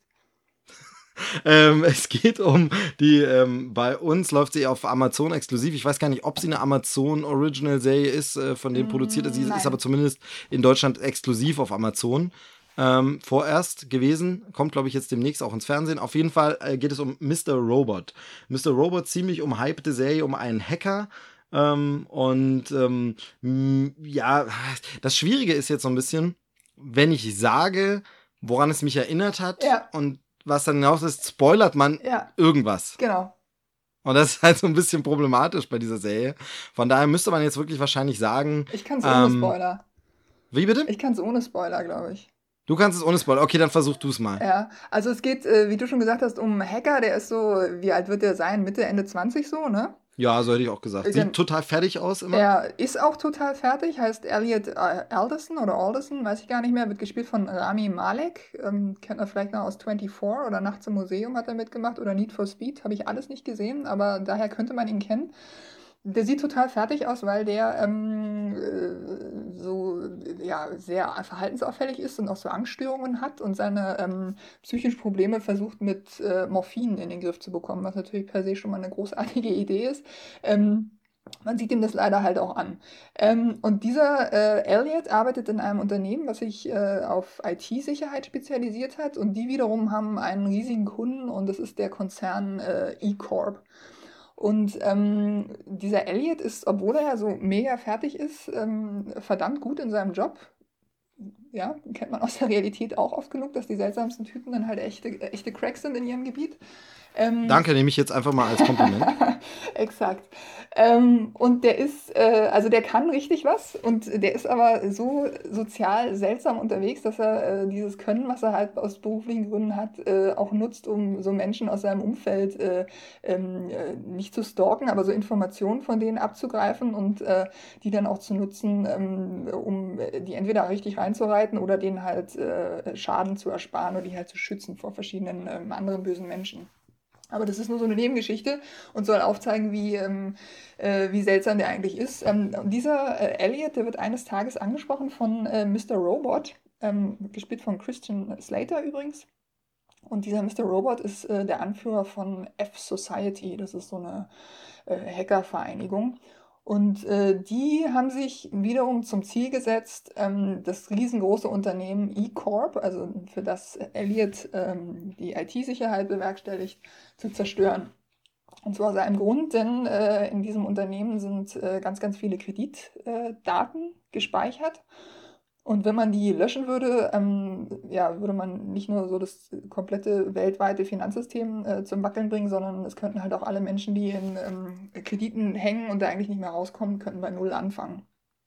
Ähm, es geht um die, ähm, bei uns läuft sie auf Amazon exklusiv. Ich weiß gar nicht, ob sie eine Amazon Original Serie ist, äh, von denen produziert ist. Mm, Sie ist aber nein. zumindest in Deutschland exklusiv auf Amazon. Ähm, vorerst gewesen, kommt glaube ich jetzt demnächst auch ins Fernsehen. Auf jeden Fall äh, geht es um Mister Robot. Mister Robot, ziemlich umhypte Serie um einen Hacker. Ähm, und ähm, m, ja, das Schwierige ist jetzt so ein bisschen, wenn ich sage, woran es mich erinnert hat Ja, und was dann hinaus ist, spoilert man ja, irgendwas. genau. Und das ist halt so ein bisschen problematisch bei dieser Serie. Von daher müsste man jetzt wirklich wahrscheinlich sagen, Ich kann es ohne ähm, Spoiler. Wie bitte? Ich kann es ohne Spoiler, glaube ich. Du kannst es ohne Spoiler. Okay, dann versuch du es mal. Ja, also es geht, äh, wie du schon gesagt hast, um einen Hacker, der ist so, wie alt wird der sein? Mitte, Ende zwanzig so, ne? Ja, so hätte ich auch gesagt. Sieht Gen- total fertig aus immer. Er ist auch total fertig, heißt Elliot äh, Alderson oder Alderson, weiß ich gar nicht mehr, wird gespielt von Rami Malek, ähm, kennt man vielleicht noch aus vierundzwanzig oder Nachts im Museum hat er mitgemacht oder Need for Speed, habe ich alles nicht gesehen, aber daher könnte man ihn kennen. Der sieht total fertig aus, weil der ähm, äh, so ja, sehr verhaltensauffällig ist und auch so Angststörungen hat und seine ähm, psychischen Probleme versucht mit äh, Morphin in den Griff zu bekommen, was natürlich per se schon mal eine großartige Idee ist. Ähm, man sieht ihm das leider halt auch an. Ähm, und dieser äh, Elliot arbeitet in einem Unternehmen, was sich äh, auf I T-Sicherheit spezialisiert hat. Und die wiederum haben einen riesigen Kunden und das ist der Konzern äh, E-Corp. Und ähm, dieser Elliot ist, obwohl er ja so mega fertig ist, ähm, verdammt gut in seinem Job. Ja, kennt man aus der Realität auch oft genug, dass die seltsamsten Typen dann halt echte, echte Cracks sind in ihrem Gebiet. Ähm, Danke, nehme ich jetzt einfach mal als Kompliment. Exakt. Ähm, und der ist, äh, also der kann richtig was und der ist aber so sozial seltsam unterwegs, dass er äh, dieses Können, was er halt aus beruflichen Gründen hat, äh, auch nutzt, um so Menschen aus seinem Umfeld äh, ähm, äh, nicht zu stalken, aber so Informationen von denen abzugreifen und äh, die dann auch zu nutzen, ähm, um die entweder richtig reinzureiten oder denen halt äh, Schaden zu ersparen oder die halt zu schützen vor verschiedenen ähm, anderen bösen Menschen. Aber das ist nur so eine Nebengeschichte und soll aufzeigen, wie, ähm, äh, wie seltsam der eigentlich ist. Ähm, und dieser äh, Elliot, der wird eines Tages angesprochen von äh, Mister Robot, ähm, gespielt von Christian Slater übrigens. Und dieser Mister Robot ist äh, der Anführer von F-Society, das ist so eine äh, Hackervereinigung. Und äh, die haben sich wiederum zum Ziel gesetzt, ähm, das riesengroße Unternehmen E-Corp, also für das Elliot ähm, die I T-Sicherheit bewerkstelligt, zu zerstören. Und zwar aus einem Grund, denn äh, in diesem Unternehmen sind äh, ganz, ganz viele Kreditdaten gespeichert. Und wenn man die löschen würde, ähm, ja, würde man nicht nur so das komplette weltweite Finanzsystem äh, zum Wackeln bringen, sondern es könnten halt auch alle Menschen, die in ähm, Krediten hängen und da eigentlich nicht mehr rauskommen, könnten bei Null anfangen.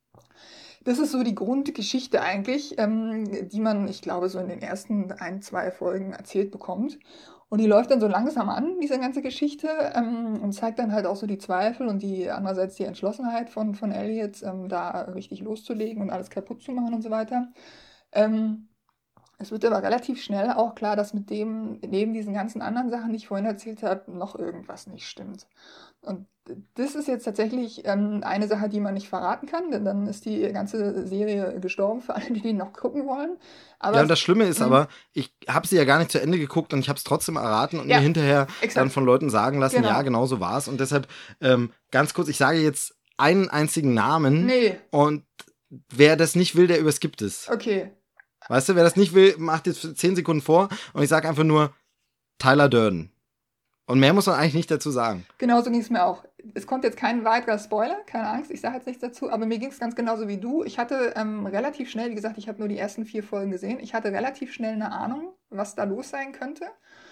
Das ist so die Grundgeschichte eigentlich, ähm, die man, ich glaube, so in den ersten ein, zwei Folgen erzählt bekommt. Und die läuft dann so langsam an, diese ganze Geschichte, ähm, und zeigt dann halt auch so die Zweifel und die andererseits die Entschlossenheit von, von Elliot, ähm, da richtig loszulegen und alles kaputt zu machen und so weiter. Ähm, es wird aber relativ schnell auch klar, dass mit dem, neben diesen ganzen anderen Sachen, die ich vorhin erzählt habe, noch irgendwas nicht stimmt. Und das ist jetzt tatsächlich ähm, eine Sache, die man nicht verraten kann, denn dann ist die ganze Serie gestorben für alle, die die noch gucken wollen. Aber Ja, und das Schlimme ist mh, aber, ich habe sie ja gar nicht zu Ende geguckt und ich habe es trotzdem erraten und ja, mir hinterher exakt. dann von Leuten sagen lassen, Genau. ja, genau so war es. Und deshalb, ähm, ganz kurz, ich sage jetzt einen einzigen Namen Nee, und wer das nicht will, der überskippt es. okay. Weißt du, wer das nicht will, macht jetzt zehn Sekunden vor und ich sage einfach nur Tyler Durden. Und mehr muss man eigentlich nicht dazu sagen. Genauso ging es mir auch. Es kommt jetzt kein weiterer Spoiler, keine Angst, ich sage jetzt nichts dazu, aber mir ging es ganz genauso wie du. Ich hatte ähm, relativ schnell, wie gesagt, ich habe nur die ersten vier Folgen gesehen, ich hatte relativ schnell eine Ahnung, was da los sein könnte.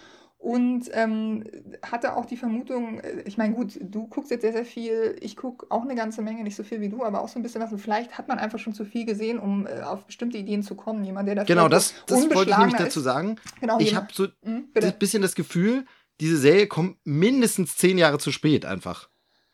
Und ähm, hatte auch die Vermutung, äh, ich meine, gut, du guckst jetzt sehr, sehr viel, ich gucke auch eine ganze Menge, nicht so viel wie du, aber auch so ein bisschen was. Und vielleicht hat man einfach schon zu viel gesehen, um äh, auf bestimmte Ideen zu kommen. Jemand, der da Genau, vielleicht das, so das wollte ich nämlich unbeschlagener dazu ist. sagen. Genau, Ich jemand. habe so Hm, ein bitte. bisschen das Gefühl, diese Serie kommt mindestens zehn Jahre zu spät einfach.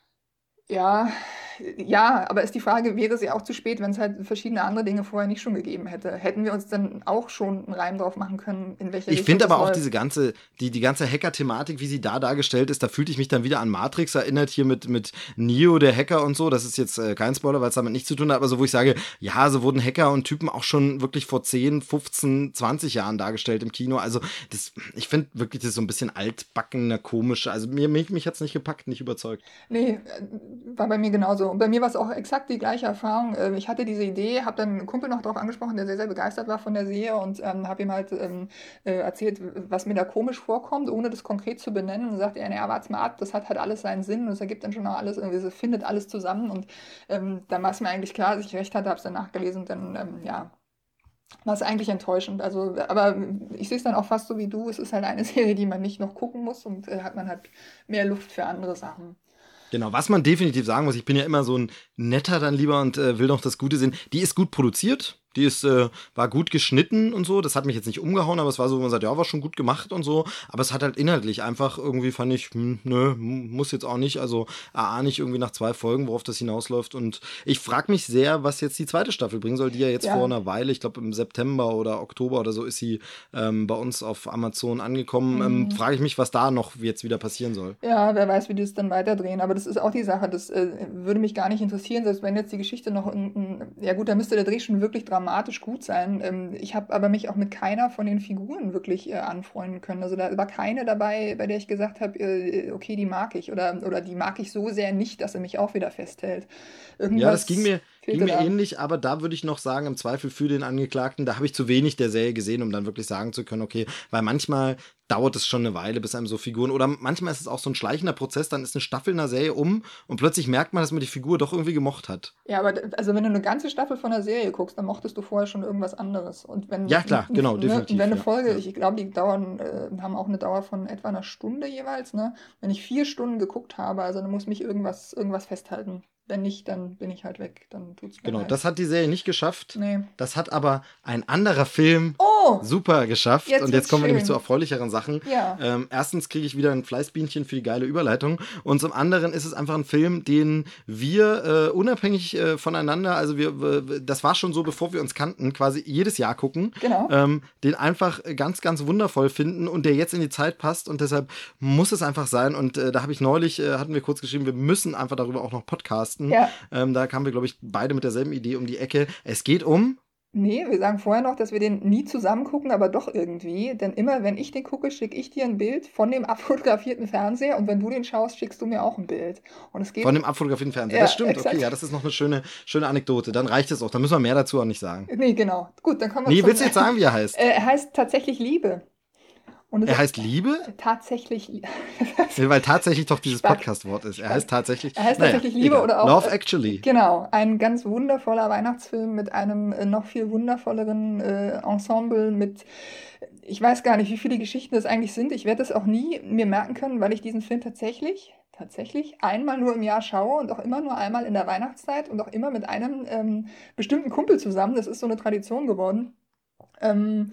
Ja, ja, aber ist die Frage, wäre sie auch zu spät, wenn es halt verschiedene andere Dinge vorher nicht schon gegeben hätte? Hätten wir uns dann auch schon einen Reim drauf machen können, in welche Ich Richtung finde das aber auch läuft? diese ganze, die, die ganze Hacker-Thematik, wie sie da dargestellt ist, da fühlte ich mich dann wieder an Matrix erinnert, hier mit, mit Neo, der Hacker und so. Das ist jetzt äh, kein Spoiler, weil es damit nichts zu tun hat, aber so, wo ich sage, ja, so wurden Hacker und Typen auch schon wirklich vor zehn, fünfzehn, zwanzig Jahren dargestellt im Kino. Also, das, ich finde wirklich, das ist so ein bisschen altbackener, komisch. Also, mir, mich, mich hat es nicht gepackt, nicht überzeugt. Nee, äh, war bei mir genauso. Und bei mir war es auch exakt die gleiche Erfahrung. Äh, Ich hatte diese Idee, habe dann einen Kumpel noch darauf angesprochen, der sehr, sehr begeistert war von der Serie und ähm, habe ihm halt ähm, äh, erzählt, was mir da komisch vorkommt, ohne das konkret zu benennen. Und sagte er, naja, warte mal ab, das hat halt alles seinen Sinn und es ergibt dann schon auch alles, irgendwie, es findet alles zusammen. Und ähm, dann war es mir eigentlich klar, dass ich recht hatte, habe es dann nachgelesen und dann, ähm, ja, war es eigentlich enttäuschend. Also, aber ich sehe es dann auch fast so wie du. Es ist halt eine Serie, die man nicht noch gucken muss und äh, hat man halt mehr Luft für andere Sachen. Genau, was man definitiv sagen muss, ich bin ja immer so ein Netter dann lieber und äh, will noch das Gute sehen. Die ist gut produziert. Die ist, äh, war gut geschnitten und so. Das hat mich jetzt nicht umgehauen, aber es war so, wo man sagt, ja, war schon gut gemacht und so. Aber es hat halt inhaltlich einfach irgendwie, fand ich, hm, nö, muss jetzt auch nicht. Also, A, nicht irgendwie nach zwei Folgen, worauf das hinausläuft. Und ich frage mich sehr, was jetzt die zweite Staffel bringen soll, die ja jetzt Ja. vor einer Weile, ich glaube im September oder Oktober oder so, ist sie ähm, bei uns auf Amazon angekommen. Mhm. Ähm, frage ich mich, was da noch jetzt wieder passieren soll. Ja, wer weiß, wie die es dann weiterdrehen. Aber das ist auch die Sache, das äh, würde mich gar nicht interessieren, selbst wenn jetzt die Geschichte noch, ein, ein, ja gut, da müsste der Dreh schon wirklich dramatisch gut sein. Ähm, ich habe aber mich auch mit keiner von den Figuren wirklich äh, anfreunden können. Also da war keine dabei, bei der ich gesagt habe, äh, okay, die mag ich oder, oder die mag ich so sehr nicht, dass er mich auch wieder festhält. Irgendwas Ja, das ging mir, ging fehlte mir da. ähnlich, aber da würde ich noch sagen, im Zweifel für den Angeklagten, da habe ich zu wenig der Serie gesehen, um dann wirklich sagen zu können, okay, weil manchmal dauert es schon eine Weile, bis einem so Figuren, oder manchmal ist es auch so ein schleichender Prozess, dann ist eine Staffel in einer Serie um und plötzlich merkt man, dass man die Figur doch irgendwie gemocht hat. Ja, aber d- also wenn du eine ganze Staffel von einer Serie guckst, dann mochtest du vorher schon irgendwas anderes. Und wenn, Ja, klar, genau, ne, definitiv, wenn eine ja, Folge, ja. ich glaube, die dauern, äh, haben auch eine Dauer von etwa einer Stunde jeweils, ne? Wenn ich vier Stunden geguckt habe, also dann muss mich irgendwas, irgendwas festhalten. Wenn nicht, dann bin ich halt weg. Dann tut's mir Genau, leid. das hat die Serie nicht geschafft. Nee. Das hat aber ein anderer Film Oh! super geschafft. Jetzt Und wird's jetzt kommen wir nämlich schön. zu erfreulicheren Sachen. Ja. Ähm, erstens kriege ich wieder ein Fleißbienchen für die geile Überleitung. Und zum anderen ist es einfach ein Film, den wir äh, unabhängig äh, voneinander, also wir, äh, das war schon so, bevor wir uns kannten, quasi jedes Jahr gucken. Genau. Ähm, den einfach ganz, ganz wundervoll finden und der jetzt in die Zeit passt. Und deshalb muss es einfach sein. Und äh, da habe ich neulich, äh, hatten wir kurz geschrieben, wir müssen einfach darüber auch noch podcasten. Ja. Ähm, da kamen wir, glaube ich, beide mit derselben Idee um die Ecke. Es geht um Nee, wir sagen vorher noch, dass wir den nie zusammen gucken, aber doch irgendwie. Denn immer, wenn ich den gucke, schicke ich dir ein Bild von dem abfotografierten Fernseher und wenn du den schaust, schickst du mir auch ein Bild. Und es geht. von dem abfotografierten Fernseher. Ja, Das stimmt, exakt. okay, ja, das ist noch eine schöne, schöne Anekdote. Dann reicht es auch. Dann müssen wir mehr dazu auch nicht sagen. Nee, genau. Gut, dann kommen wir Nee, zum. willst du jetzt sagen, wie er heißt? Äh, er heißt tatsächlich Liebe. Und es Er ist heißt Liebe? tatsächlich. Lie- Nee, weil tatsächlich doch dieses Spack. Podcast-Wort ist. Er Spack. heißt tatsächlich. Er heißt naja, tatsächlich Liebe egal. oder auch. Love äh, Actually. Genau, ein ganz wundervoller Weihnachtsfilm mit einem äh, noch viel wundervolleren äh, Ensemble mit, ich weiß gar nicht, wie viele Geschichten das eigentlich sind. Ich werde das auch nie mir merken können, weil ich diesen Film tatsächlich, tatsächlich einmal nur im Jahr schaue und auch immer nur einmal in der Weihnachtszeit und auch immer mit einem ähm, bestimmten Kumpel zusammen. Das ist so eine Tradition geworden. Ähm,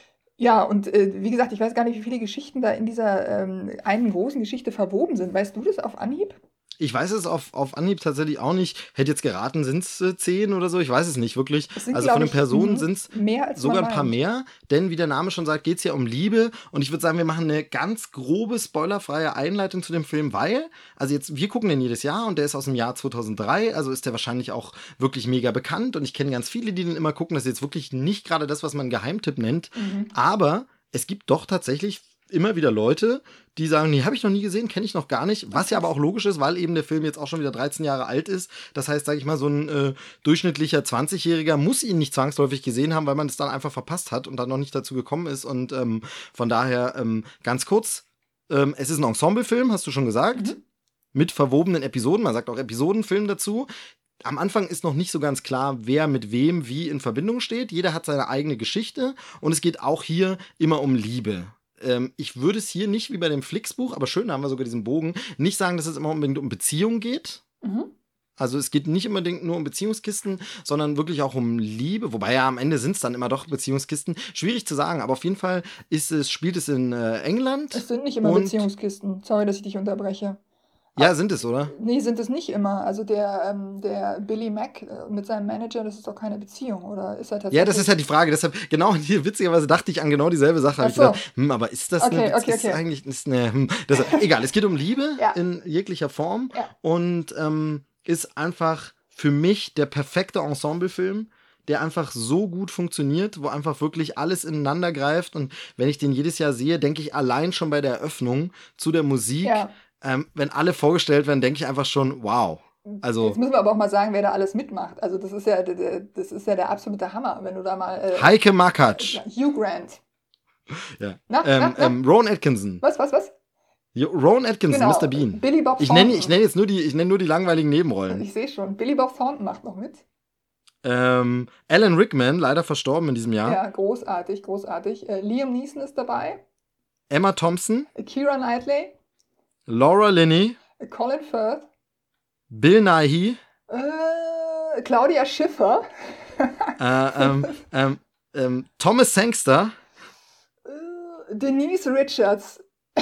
ja, und äh, wie gesagt, ich weiß gar nicht, wie viele Geschichten da in dieser ähm, einen großen Geschichte verwoben sind. Weißt du das auf Anhieb? Ich weiß es auf, auf Anhieb tatsächlich auch nicht. Hätte jetzt geraten, sind es äh, zehn oder so? Ich weiß es nicht, wirklich. Es sind, Also glaub von den ich, Personen mhm, sind es mehr als sogar man ein paar meint. mehr, denn wie der Name schon sagt, geht es ja um Liebe und ich würde sagen, wir machen eine ganz grobe, spoilerfreie Einleitung zu dem Film, weil, also jetzt, wir gucken den jedes Jahr und der ist aus dem Jahr zweitausenddrei, also ist der wahrscheinlich auch wirklich mega bekannt und ich kenne ganz viele, die den immer gucken, das ist jetzt wirklich nicht gerade das, was man einen Geheimtipp nennt, Mhm. aber es gibt doch tatsächlich immer wieder Leute, die sagen, nee, habe ich noch nie gesehen, kenne ich noch gar nicht, was ja aber auch logisch ist, weil eben der Film jetzt auch schon wieder dreizehn Jahre alt ist. Das heißt, sage ich mal, so ein äh, durchschnittlicher zwanzigjähriger muss ihn nicht zwangsläufig gesehen haben, weil man es dann einfach verpasst hat und dann noch nicht dazu gekommen ist. Und ähm, von daher ähm, ganz kurz, ähm, es ist ein Ensemblefilm, hast du schon gesagt, Mhm. mit verwobenen Episoden, man sagt auch Episodenfilm dazu. Am Anfang ist noch nicht so ganz klar, wer mit wem wie in Verbindung steht. Jeder hat seine eigene Geschichte und es geht auch hier immer um Liebe. Ähm, ich würde es hier nicht wie bei dem Flixbuch, aber schön, da haben wir sogar diesen Bogen, nicht sagen, dass es immer unbedingt um Beziehungen geht. Mhm. Also es geht nicht unbedingt nur um Beziehungskisten, sondern wirklich auch um Liebe. Wobei ja am Ende sind es dann immer doch Beziehungskisten. Schwierig zu sagen, aber auf jeden Fall ist es, spielt es in äh, England. Es sind nicht immer Und- Beziehungskisten. Sorry, dass ich dich unterbreche. Ja, sind es, oder? Nee, sind es nicht immer. Also der, ähm, der Billy Mack äh, mit seinem Manager, das ist doch keine Beziehung, oder ist er tatsächlich? Ja, das ist ja die Frage. Deshalb, genau hier, witzigerweise dachte ich an genau dieselbe Sache. Hab Ach ich so. gedacht, hm, aber ist das Okay, eine okay, ist okay. eigentlich ist eine, hm, das, egal, es geht um Liebe Ja. in jeglicher Form Ja. und ähm, ist einfach für mich der perfekte Ensemblefilm, der einfach so gut funktioniert, wo einfach wirklich alles ineinander greift. Und wenn ich den jedes Jahr sehe, denke ich allein schon bei der Eröffnung zu der Musik, Ja. ähm, wenn alle vorgestellt werden, denke ich einfach schon, wow. Also Jetzt müssen wir aber auch mal sagen, wer da alles mitmacht. Also das ist ja, d- d- das ist ja der absolute Hammer, wenn du da mal... Äh, Heike Makatsch, Hugh Grant. ja. Na, ähm, na, na? ähm, Rowan Atkinson, Was, was, was? Jo- Rowan Atkinson, Genau. Mister Bean. Billy Bob Ich Thornton. nenne, ich nenne jetzt nur die, ich nenne nur die langweiligen Nebenrollen. Ich sehe schon. Billy Bob Thornton macht noch mit. Ähm, Alan Rickman, leider verstorben in diesem Jahr. Ja, großartig, großartig. Äh, Liam Neeson ist dabei. Emma Thompson, Äh, Keira Knightley. Laura Linney, Äh, Colin Firth. Bill Nighy, Äh, Claudia Schiffer. äh, ähm, ähm, ähm, Thomas Sangster. Äh, Denise Richards.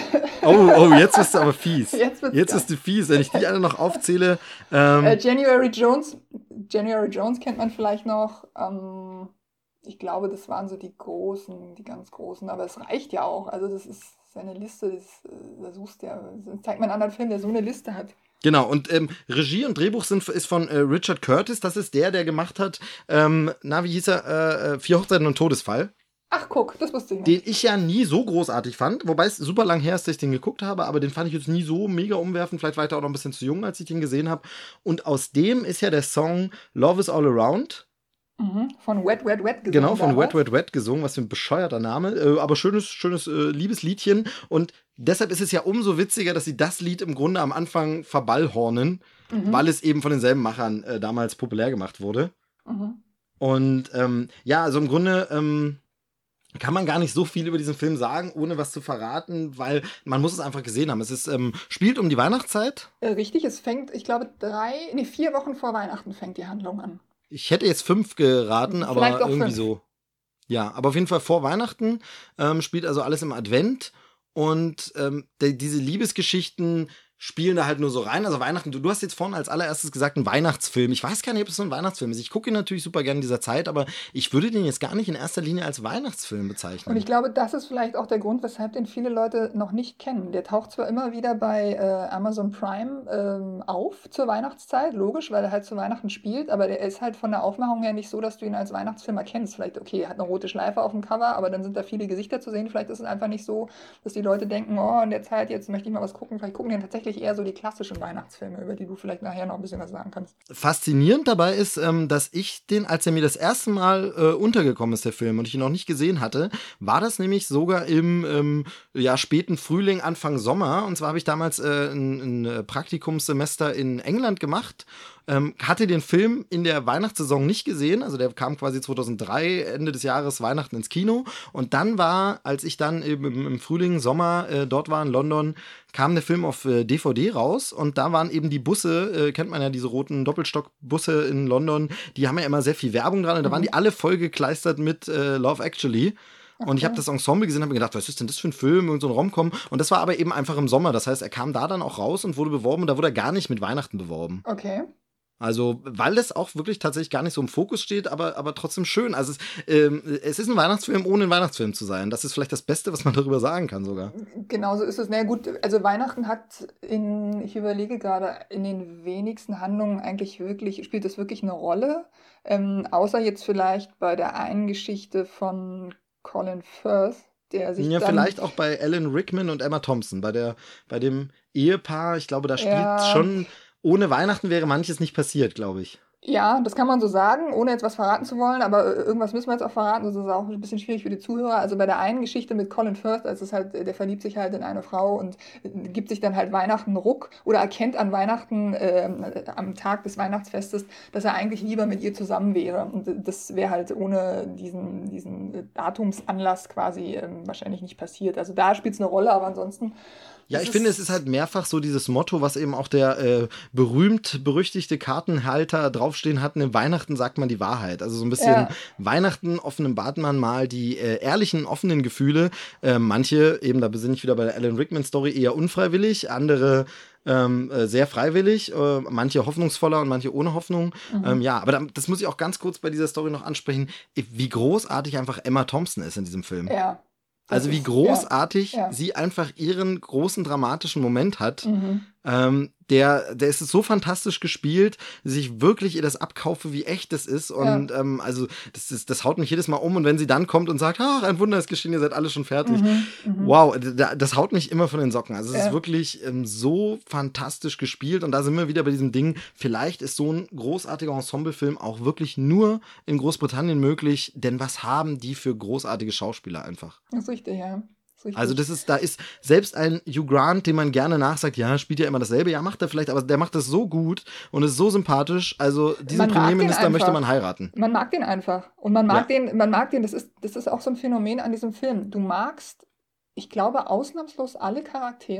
Oh, oh, jetzt bist du aber fies. Jetzt, wird's Jetzt geil. bist du fies, wenn ich die alle noch aufzähle. Äh, Ähm, January Jones. January Jones kennt man vielleicht noch. Ähm, ich glaube, das waren so die großen, die ganz großen. Aber es reicht ja auch. Also das ist eine Liste, das, äh, da suchst du ja, zeigt mir einen anderen Film, der so eine Liste hat. Genau, und ähm, Regie und Drehbuch sind, ist von äh, Richard Curtis. Das ist der, der gemacht hat, ähm, na, wie hieß er? Äh, Vier Hochzeiten und Todesfall. Ach, guck, das wusste ich nicht. Den ich ja nie so großartig fand, wobei es super lang her ist, dass ich den geguckt habe, aber den fand ich jetzt nie so mega umwerfend. Vielleicht war ich da auch noch ein bisschen zu jung, als ich den gesehen habe. Und aus dem ist ja der Song Love is All Around. Mhm. Von Wet, Wet, Wet gesungen. Genau, von damals. Wet, Wet, Wet gesungen, was für ein bescheuerter Name, äh, aber schönes, schönes äh, Liebesliedchen. Und deshalb ist es ja umso witziger, dass sie das Lied im Grunde am Anfang verballhornen, Mhm. weil es eben von denselben Machern äh, damals populär gemacht wurde. Mhm. Und ähm, ja, also im Grunde ähm, kann man gar nicht so viel über diesen Film sagen, ohne was zu verraten, weil man muss es einfach gesehen haben. Es ist, ähm, spielt um die Weihnachtszeit. Äh, richtig, es fängt, ich glaube, drei, nee, vier Wochen vor Weihnachten fängt die Handlung an. Ich hätte jetzt fünf geraten, Vielleicht aber auch irgendwie fünf. so. Ja, aber auf jeden Fall vor Weihnachten ähm, spielt also alles im Advent und ähm, de- diese Liebesgeschichten spielen da halt nur so rein. Also Weihnachten, du, du hast jetzt vorhin als allererstes gesagt, ein Weihnachtsfilm. Ich weiß gar nicht, ob es so ein Weihnachtsfilm ist. Ich gucke ihn natürlich super gerne in dieser Zeit, aber ich würde den jetzt gar nicht in erster Linie als Weihnachtsfilm bezeichnen. Und ich glaube, das ist vielleicht auch der Grund, weshalb den viele Leute noch nicht kennen. Der taucht zwar immer wieder bei äh, Amazon Prime ähm, auf zur Weihnachtszeit, logisch, weil er halt zu Weihnachten spielt, aber der ist halt von der Aufmachung her nicht so, dass du ihn als Weihnachtsfilm erkennst. Vielleicht, okay, er hat eine rote Schleife auf dem Cover, aber dann sind da viele Gesichter zu sehen. Vielleicht ist es einfach nicht so, dass die Leute denken, oh, in der Zeit, jetzt möchte ich mal was gucken. Vielleicht gucken die dann tatsächlich eher so die klassischen Weihnachtsfilme, über die du vielleicht nachher noch ein bisschen was sagen kannst. Faszinierend dabei ist, ähm, dass ich den, als er mir das erste Mal äh, untergekommen ist, der Film, und ich ihn noch nicht gesehen hatte, war das nämlich sogar im ähm, ja, späten Frühling, Anfang Sommer. Und zwar habe ich damals äh, ein, ein Praktikumssemester in England gemacht. Ähm, hatte den Film in der Weihnachtssaison nicht gesehen, also der kam quasi zweitausenddrei, Ende des Jahres, Weihnachten ins Kino. Und dann war, als ich dann eben im, im Frühling, Sommer äh, dort war in London, kam der Film auf äh, D V D raus und da waren eben die Busse, äh, kennt man ja diese roten Doppelstockbusse in London, die haben ja immer sehr viel Werbung dran und da waren die alle voll gekleistert mit äh, Love Actually. Und ich habe das Ensemble gesehen und habe mir gedacht, was ist denn das für ein Film, irgend so ein Rom-Com? Und das war aber eben einfach im Sommer. Das heißt, er kam da dann auch raus und wurde beworben und da wurde er gar nicht mit Weihnachten beworben. Okay. Also, weil es auch wirklich tatsächlich gar nicht so im Fokus steht, aber, aber trotzdem schön. Also, es, ähm, es ist ein Weihnachtsfilm, ohne ein Weihnachtsfilm zu sein. Das ist vielleicht das Beste, was man darüber sagen kann sogar. Genau so ist es. Na gut, also Weihnachten hat in, ich überlege gerade, in den wenigsten Handlungen eigentlich wirklich, spielt das wirklich eine Rolle. Ähm, außer jetzt vielleicht bei der einen Geschichte von Colin Firth, der sich Ja, dann, vielleicht auch bei Alan Rickman und Emma Thompson, bei, der, bei dem Ehepaar. Ich glaube, da spielt ja, schon, ohne Weihnachten wäre manches nicht passiert, glaube ich. ja, das kann man so sagen, ohne jetzt was verraten zu wollen, aber äh, irgendwas müssen wir jetzt auch verraten, das ist auch ein bisschen schwierig für die Zuhörer. Also bei der einen Geschichte mit Colin Firth, also es ist halt, der verliebt sich halt in eine Frau und äh, gibt sich dann halt Weihnachten Ruck oder erkennt an Weihnachten, äh, am Tag des Weihnachtsfestes, dass er eigentlich lieber mit ihr zusammen wäre. Und äh, das wäre halt ohne diesen, diesen Datumsanlass quasi äh, wahrscheinlich nicht passiert. Also da spielt es eine Rolle, aber ansonsten. Ja, Das ich finde, ist- es ist halt mehrfach so dieses Motto, was eben auch der äh, berühmt-berüchtigte Kartenhalter draufstehen hat, in Weihnachten sagt man die Wahrheit. Also so ein bisschen Ja. Weihnachten, offenbart man mal die äh, ehrlichen, offenen Gefühle. Äh, manche, eben da bin ich wieder bei der Alan Rickman-Story, eher unfreiwillig, andere ähm, äh, sehr freiwillig, äh, manche hoffnungsvoller und manche ohne Hoffnung. Ähm, ja, aber da, das muss ich auch ganz kurz bei dieser Story noch ansprechen, wie großartig einfach Emma Thompson ist in diesem Film. Ja. Das Also wie ist- großartig ja, ja. sie einfach ihren großen dramatischen Moment hat. Mhm. Ähm, der, der ist so fantastisch gespielt, dass ich wirklich ihr das abkaufe, wie echt das ist. Und ähm, also das, ist, das haut mich jedes Mal um. Und wenn sie dann kommt und sagt, ach, ein Wunder ist geschehen, ihr seid alle schon fertig. Mhm, mhm. Wow, da- das haut mich immer von den Socken. Also es Ja. ist wirklich ähm, so fantastisch gespielt. Und da sind wir wieder bei diesem Ding, vielleicht ist so ein großartiger Ensemblefilm auch wirklich nur in Großbritannien möglich. Denn was haben die für großartige Schauspieler einfach? Das ist richtig, ja. Das ist richtig. Also das ist, da ist selbst ein Hugh Grant, dem man gerne nachsagt, ja, spielt ja immer dasselbe, ja, macht er vielleicht, aber der macht das so gut und ist so sympathisch. Also diesen Man mag den Premierminister möchte einfach. man heiraten. Man mag den einfach. Und man mag Ja. den, man mag den, das ist, das ist auch so ein Phänomen an diesem Film. Du magst, ich glaube, ausnahmslos alle Charaktere.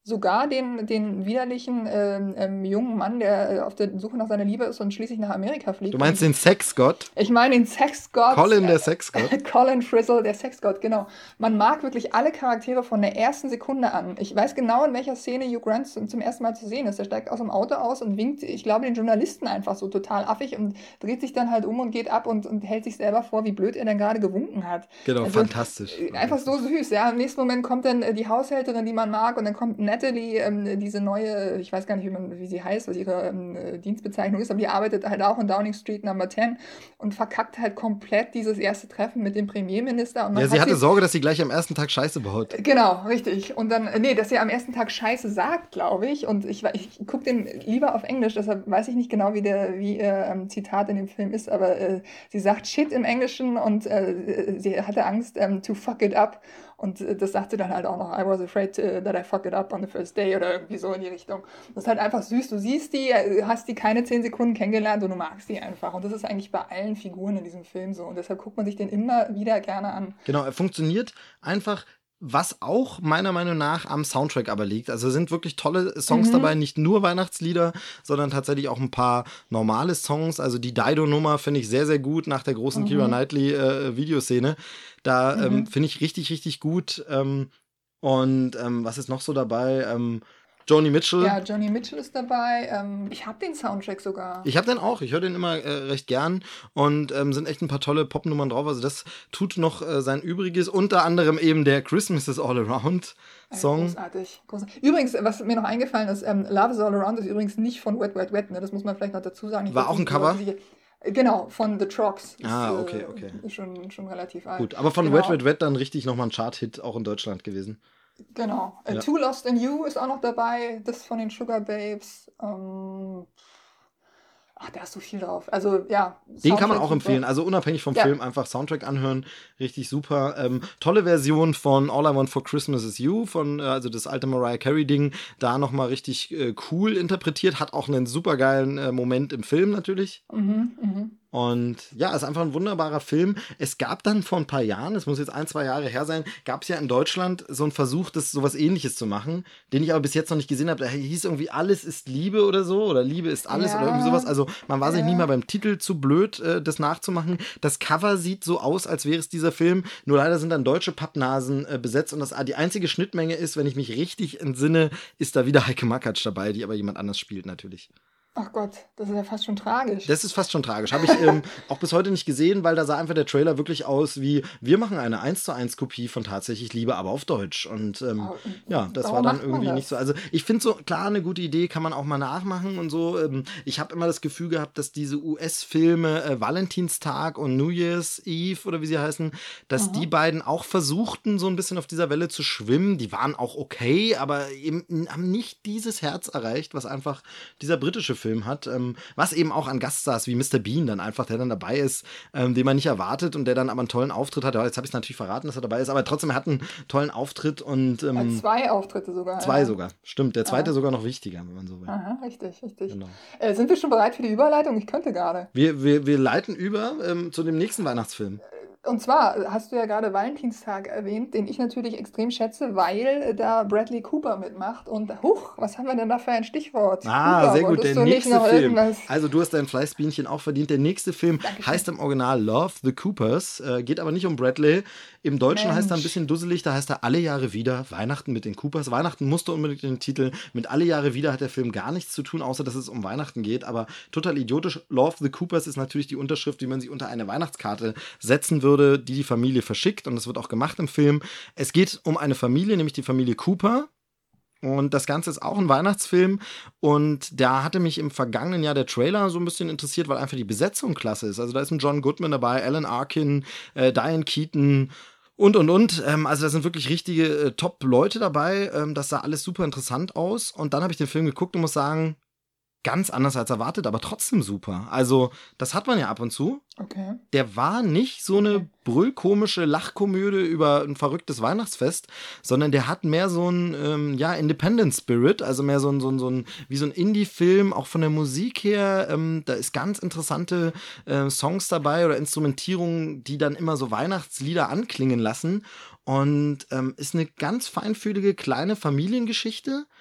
sogar den, den widerlichen ähm, ähm, jungen Mann, der äh, auf der Suche nach seiner Liebe ist und schließlich nach Amerika fliegt. Du meinst und, den Sexgott? Ich meine den Sexgott. Colin, der Sexgott. Äh, Colin Frizzle, der Sexgott, genau. Man mag wirklich alle Charaktere von der ersten Sekunde an. Ich weiß genau, in welcher Szene Hugh Grant zum, zum ersten Mal zu sehen ist. Er steigt aus dem Auto aus und winkt, ich glaube, den Journalisten einfach so total affig und dreht sich dann halt um und geht ab und, und hält sich selber vor, wie blöd er dann gerade gewunken hat. Genau, also, fantastisch. Einfach so süß, ja. Im nächsten Moment kommt dann äh, die Haushälterin, die man mag, und dann kommt Natalie, ähm, diese neue, ich weiß gar nicht, wie, man, wie sie heißt, was ihre ähm, Dienstbezeichnung ist, aber die arbeitet halt auch in Downing Street Number zehn und verkackt halt komplett dieses erste Treffen mit dem Premierminister. Und man ja, sie hat hatte sie, Sorge, dass sie gleich am ersten Tag Scheiße baut. Genau, richtig. Und dann, nee, dass sie am ersten Tag Scheiße sagt, glaube ich. Und ich, ich gucke den lieber auf Englisch, deshalb weiß ich nicht genau, wie der wie ihr ähm, Zitat in dem Film ist, aber äh, sie sagt Shit im Englischen und äh, sie hatte Angst, ähm, to fuck it up. Und äh, das sagt sie dann halt auch noch, I was afraid uh, that I fuck it up on the first day oder irgendwie so in die Richtung. Das ist halt einfach süß. Du siehst die, hast die keine zehn Sekunden kennengelernt und du magst die einfach. Und das ist eigentlich bei allen Figuren in diesem Film so. Und deshalb guckt man sich den immer wieder gerne an. Genau, er funktioniert einfach, was auch meiner Meinung nach am Soundtrack aber liegt. Also sind wirklich tolle Songs mhm. dabei, nicht nur Weihnachtslieder, sondern tatsächlich auch ein paar normale Songs. Also die Dido-Nummer finde ich sehr, sehr gut nach der großen mhm. Keira Knightley-Videoszene. Äh, da mhm. ähm, finde ich richtig, richtig gut. Ähm, und ähm, was ist noch so dabei? Ähm, Joni Mitchell. Ja, Joni Mitchell ist dabei. Ähm, ich habe den Soundtrack sogar. Ich habe den auch. Ich höre den immer äh, recht gern. Und ähm, sind echt ein paar tolle Popnummern drauf. Also das tut noch äh, sein Übriges. Unter anderem eben der Christmas is All Around Song. Großartig. Großartig. Übrigens, was mir noch eingefallen ist, ähm, Love is All Around ist übrigens nicht von Wet, Wet, Wet. Ne? Das muss man vielleicht noch dazu sagen. Ich War auch ein Cover? Leute, die, genau, von The Trucks. Ah, ist, okay, okay. Ist schon, schon relativ alt. Gut, aber von genau. Wet, Wet, Wet dann richtig nochmal ein Chart-Hit auch in Deutschland gewesen. Genau. Ja. Uh, Too Lost in You ist auch noch dabei. Das von den Sugar Babes. Ähm, ach, da ist so viel drauf. Also, ja. Den kann man auch empfehlen. Also, unabhängig vom ja. Film, einfach Soundtrack anhören. Richtig super. Ähm, tolle Version von All I Want for Christmas is You, von, äh, also das alte Mariah Carey-Ding. Da nochmal richtig äh, cool interpretiert. Hat auch einen supergeilen äh, Moment im Film natürlich. Mhm, mhm. Und ja, ist einfach ein wunderbarer Film. Es gab dann vor ein paar Jahren, es muss jetzt ein, zwei Jahre her sein, gab es ja in Deutschland so einen Versuch, das sowas Ähnliches zu machen, den ich aber bis jetzt noch nicht gesehen habe. Da hieß irgendwie Alles ist Liebe oder so, oder Liebe ist alles ja. oder irgendwie sowas. Also man war sich ja. nicht mal beim Titel zu blöd, äh, das nachzumachen. Das Cover sieht so aus, als wäre es dieser Film. Nur leider sind dann deutsche Pappnasen äh, besetzt und das die einzige Schnittmenge ist, wenn ich mich richtig entsinne, ist da wieder Heike Makatsch dabei, die aber jemand anders spielt natürlich. Ach Gott, das ist ja fast schon tragisch. Das ist fast schon tragisch. Habe ich ähm, auch bis heute nicht gesehen, weil da sah einfach der Trailer wirklich aus wie, wir machen eine eins zu eins Kopie von Tatsächlich Liebe, aber auf Deutsch. Und ähm, oh, ja, das war dann irgendwie nicht so. Also ich finde so, klar, eine gute Idee kann man auch mal nachmachen und so. Ähm, ich habe immer das Gefühl gehabt, dass diese U S-Filme äh, Valentinstag und New Year's Eve oder wie sie heißen, dass mhm. die beiden auch versuchten, so ein bisschen auf dieser Welle zu schwimmen. Die waren auch okay, aber eben haben nicht dieses Herz erreicht, was einfach dieser britische Film hat, ähm, was eben auch an Gaststars wie Mister Bean dann einfach, der dann dabei ist, ähm, den man nicht erwartet und der dann aber einen tollen Auftritt hat. Ja, jetzt habe ich es natürlich verraten, dass er dabei ist, aber trotzdem, er hat einen tollen Auftritt und ähm, ja, zwei Auftritte sogar. Zwei ja. sogar, stimmt. Der zweite Aha. sogar noch wichtiger, wenn man so will. Aha, richtig, richtig. Genau. Äh, sind wir schon bereit für die Überleitung? Ich könnte gerade. Wir, wir, wir leiten über ähm, zu dem nächsten Weihnachtsfilm. Und zwar hast du ja gerade Valentinstag erwähnt, den ich natürlich extrem schätze, weil da Bradley Cooper mitmacht. Und huch, was haben wir denn da für ein Stichwort? Ah, Cooper, sehr gut, der nächste Film. Irgendwas? Also du hast dein Fleißbienchen auch verdient. Der nächste Film Dankeschön. Heißt im Original Love, the Coopers. Äh, geht aber nicht um Bradley. Im Deutschen Mensch. Heißt er ein bisschen dusselig, da heißt er Alle Jahre wieder, Weihnachten mit den Coopers. Weihnachten musste unbedingt den Titel. Mit Alle Jahre wieder hat der Film gar nichts zu tun, außer dass es um Weihnachten geht. Aber total idiotisch. Love, the Coopers ist natürlich die Unterschrift, wie man sie unter eine Weihnachtskarte setzen würde, die die Familie verschickt. Und das wird auch gemacht im Film. Es geht um eine Familie, nämlich die Familie Cooper. Und das Ganze ist auch ein Weihnachtsfilm und da hatte mich im vergangenen Jahr der Trailer so ein bisschen interessiert, weil einfach die Besetzung klasse ist. Also da ist ein John Goodman dabei, Alan Arkin, äh, Diane Keaton und, und, und. Ähm, also da sind wirklich richtige äh, Top-Leute dabei. Ähm, das sah alles super interessant aus und dann habe ich den Film geguckt und muss sagen, ganz anders als erwartet, aber trotzdem super. Also das hat man ja ab und zu. Okay. Der war nicht so eine okay. brüllkomische Lachkomödie über ein verrücktes Weihnachtsfest, sondern der hat mehr so ein ähm, ja, Independent Spirit, also mehr so ein, so ein, so ein wie so ein Indie-Film, auch von der Musik her. Ähm, da ist ganz interessante äh, Songs dabei oder Instrumentierungen, die dann immer so Weihnachtslieder anklingen lassen. Und ähm, ist eine ganz feinfühlige kleine Familiengeschichte,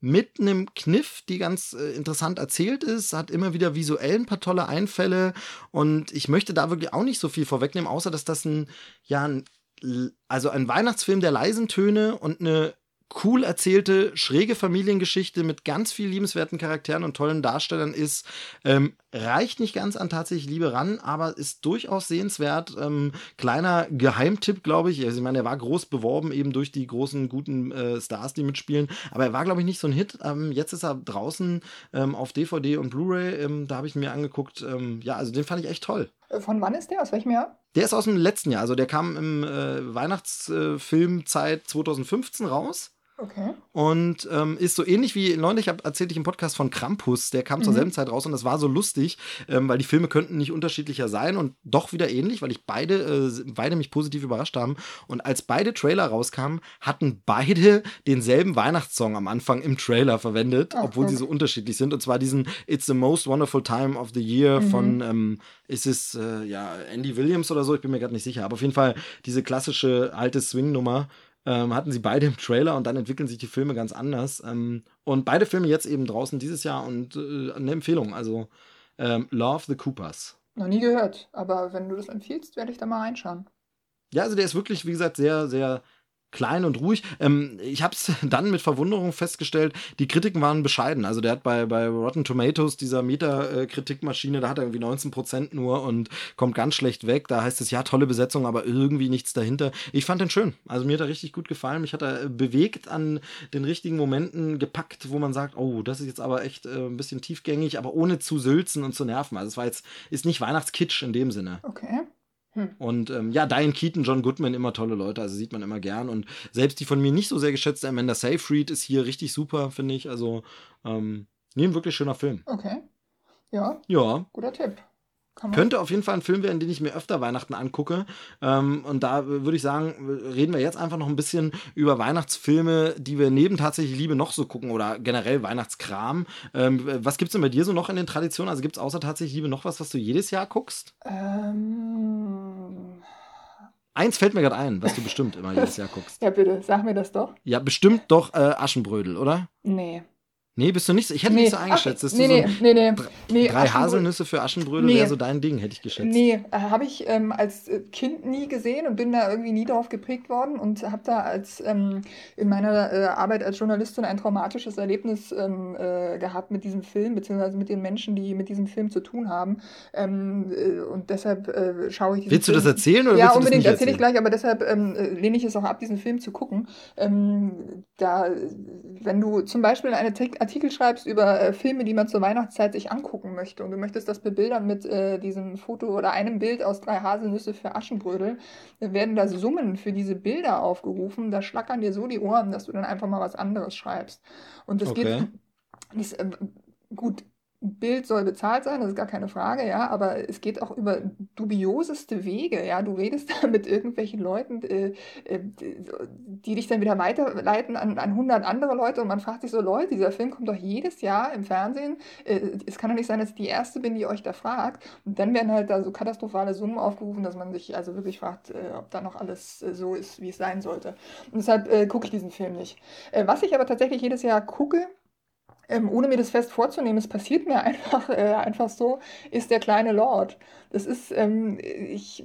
mit einem Kniff, die ganz äh, interessant erzählt ist, hat immer wieder visuell ein paar tolle Einfälle und ich möchte da wirklich auch nicht so viel vorwegnehmen, außer dass das ein, ja, ein, also ein Weihnachtsfilm der leisen Töne und eine cool erzählte, schräge Familiengeschichte mit ganz viel liebenswerten Charakteren und tollen Darstellern ist, ähm, reicht nicht ganz an tatsächlich Liebe ran, aber ist durchaus sehenswert. Ähm, kleiner Geheimtipp, glaube ich. Also ich meine, er war groß beworben, eben durch die großen, guten äh, Stars, die mitspielen, aber er war, glaube ich, nicht so ein Hit. Ähm, jetzt ist er draußen ähm, auf D V D und Blu-ray, ähm, da habe ich ihn mir angeguckt. Ähm, ja, also den fand ich echt toll. Von wann ist der? Aus welchem Jahr? Der ist aus dem letzten Jahr, also der kam im äh, Weihnachtsfilmzeit zwanzig fünfzehn raus. Okay. Und ähm, ist so ähnlich wie, neulich erzählte ich im Podcast von Krampus, der kam mhm. zur selben Zeit raus und das war so lustig, ähm, weil die Filme könnten nicht unterschiedlicher sein und doch wieder ähnlich, weil ich beide, äh, beide mich positiv überrascht haben. Und als beide Trailer rauskamen, hatten beide denselben Weihnachtssong am Anfang im Trailer verwendet, Ach, obwohl okay. sie so unterschiedlich sind. Und zwar diesen It's the Most Wonderful Time of the Year mhm. von, ähm, ist es, äh, ja, Andy Williams oder so, ich bin mir gerade nicht sicher, aber auf jeden Fall diese klassische alte Swing-Nummer. Ähm, hatten sie beide im Trailer und dann entwickeln sich die Filme ganz anders. Ähm, und beide Filme jetzt eben draußen dieses Jahr und äh, eine Empfehlung, also ähm, Love the Coopers. Noch nie gehört, aber wenn du das empfiehlst, werde ich da mal reinschauen. Ja, also der ist wirklich, wie gesagt, sehr, sehr klein und ruhig. Ähm, ich habe es dann mit Verwunderung festgestellt, die Kritiken waren bescheiden. Also der hat bei, bei Rotten Tomatoes, dieser Meta-Kritikmaschine, da hat er irgendwie neunzehn Prozent nur und kommt ganz schlecht weg. Da heißt es, ja, tolle Besetzung, aber irgendwie nichts dahinter. Ich fand den schön. Also mir hat er richtig gut gefallen. Mich hat er bewegt, an den richtigen Momenten gepackt, wo man sagt, oh, das ist jetzt aber echt äh, ein bisschen tiefgängig, aber ohne zu sülzen und zu nerven. Also es war jetzt, ist nicht Weihnachtskitsch in dem Sinne. Okay. Hm. Und ähm, ja, Diane Keaton, John Goodman, immer tolle Leute, also sieht man immer gern. Und selbst die von mir nicht so sehr geschätzte Amanda Seyfried ist hier richtig super, finde ich. Also, ähm, nee, ein wirklich schöner Film. Okay. Ja. Ja. Guter Tipp. Könnte auf jeden Fall ein Film werden, den ich mir öfter Weihnachten angucke. Ähm, und da würde ich sagen, reden wir jetzt einfach noch ein bisschen über Weihnachtsfilme, die wir neben tatsächlich Liebe noch so gucken oder generell Weihnachtskram. Ähm, was gibt's denn bei dir so noch in den Traditionen? Also gibt's außer tatsächlich Liebe noch was, was du jedes Jahr guckst? Ähm... Eins fällt mir gerade ein, was du bestimmt immer jedes Jahr guckst. Ja, bitte, sag mir das doch. Ja, bestimmt doch äh, Aschenbrödel, oder? Nee. Nee, bist du nicht so? Ich hätte nee. nicht so eingeschätzt, dass nee, du nee, so nee, nee, drei, nee, drei Haselnüsse für Aschenbrödel nee. wäre so dein Ding, hätte ich geschätzt. Nee, äh, habe ich ähm, als Kind nie gesehen und bin da irgendwie nie drauf geprägt worden und habe da als ähm, in meiner äh, Arbeit als Journalistin ein traumatisches Erlebnis ähm, äh, gehabt mit diesem Film, beziehungsweise mit den Menschen, die mit diesem Film zu tun haben. Ähm, äh, und deshalb äh, schaue ich diesen Willst Film. du das erzählen oder ja, willst du unbedingt, das nicht erzähle ich gleich, aber deshalb ähm, lehne ich es auch ab, diesen Film zu gucken. Ähm, da, wenn du zum Beispiel einen Artikel schreibst über äh, Filme, die man zur Weihnachtszeit sich angucken möchte und du möchtest das bebildern mit äh, diesem Foto oder einem Bild aus drei Haselnüsse für Aschenbrödel, dann werden da Summen für diese Bilder aufgerufen, da schlackern dir so die Ohren, dass du dann einfach mal was anderes schreibst. Und das Okay. geht, das, äh, gut, ein Bild soll bezahlt sein, das ist gar keine Frage, ja, aber es geht auch über dubioseste Wege, ja, du redest da mit irgendwelchen Leuten, äh, äh, die dich dann wieder weiterleiten an, an hundert andere Leute und man fragt sich so, Leute, dieser Film kommt doch jedes Jahr im Fernsehen, äh, es kann doch nicht sein, dass ich die Erste bin, die euch da fragt und dann werden halt da so katastrophale Summen aufgerufen, dass man sich also wirklich fragt, äh, ob da noch alles äh, so ist, wie es sein sollte. Und deshalb äh, gucke ich diesen Film nicht. Äh, was ich aber tatsächlich jedes Jahr gucke, Ähm, ohne mir das fest vorzunehmen, es passiert mir einfach, äh, einfach so, ist der kleine Lord. Das ist, ähm, ich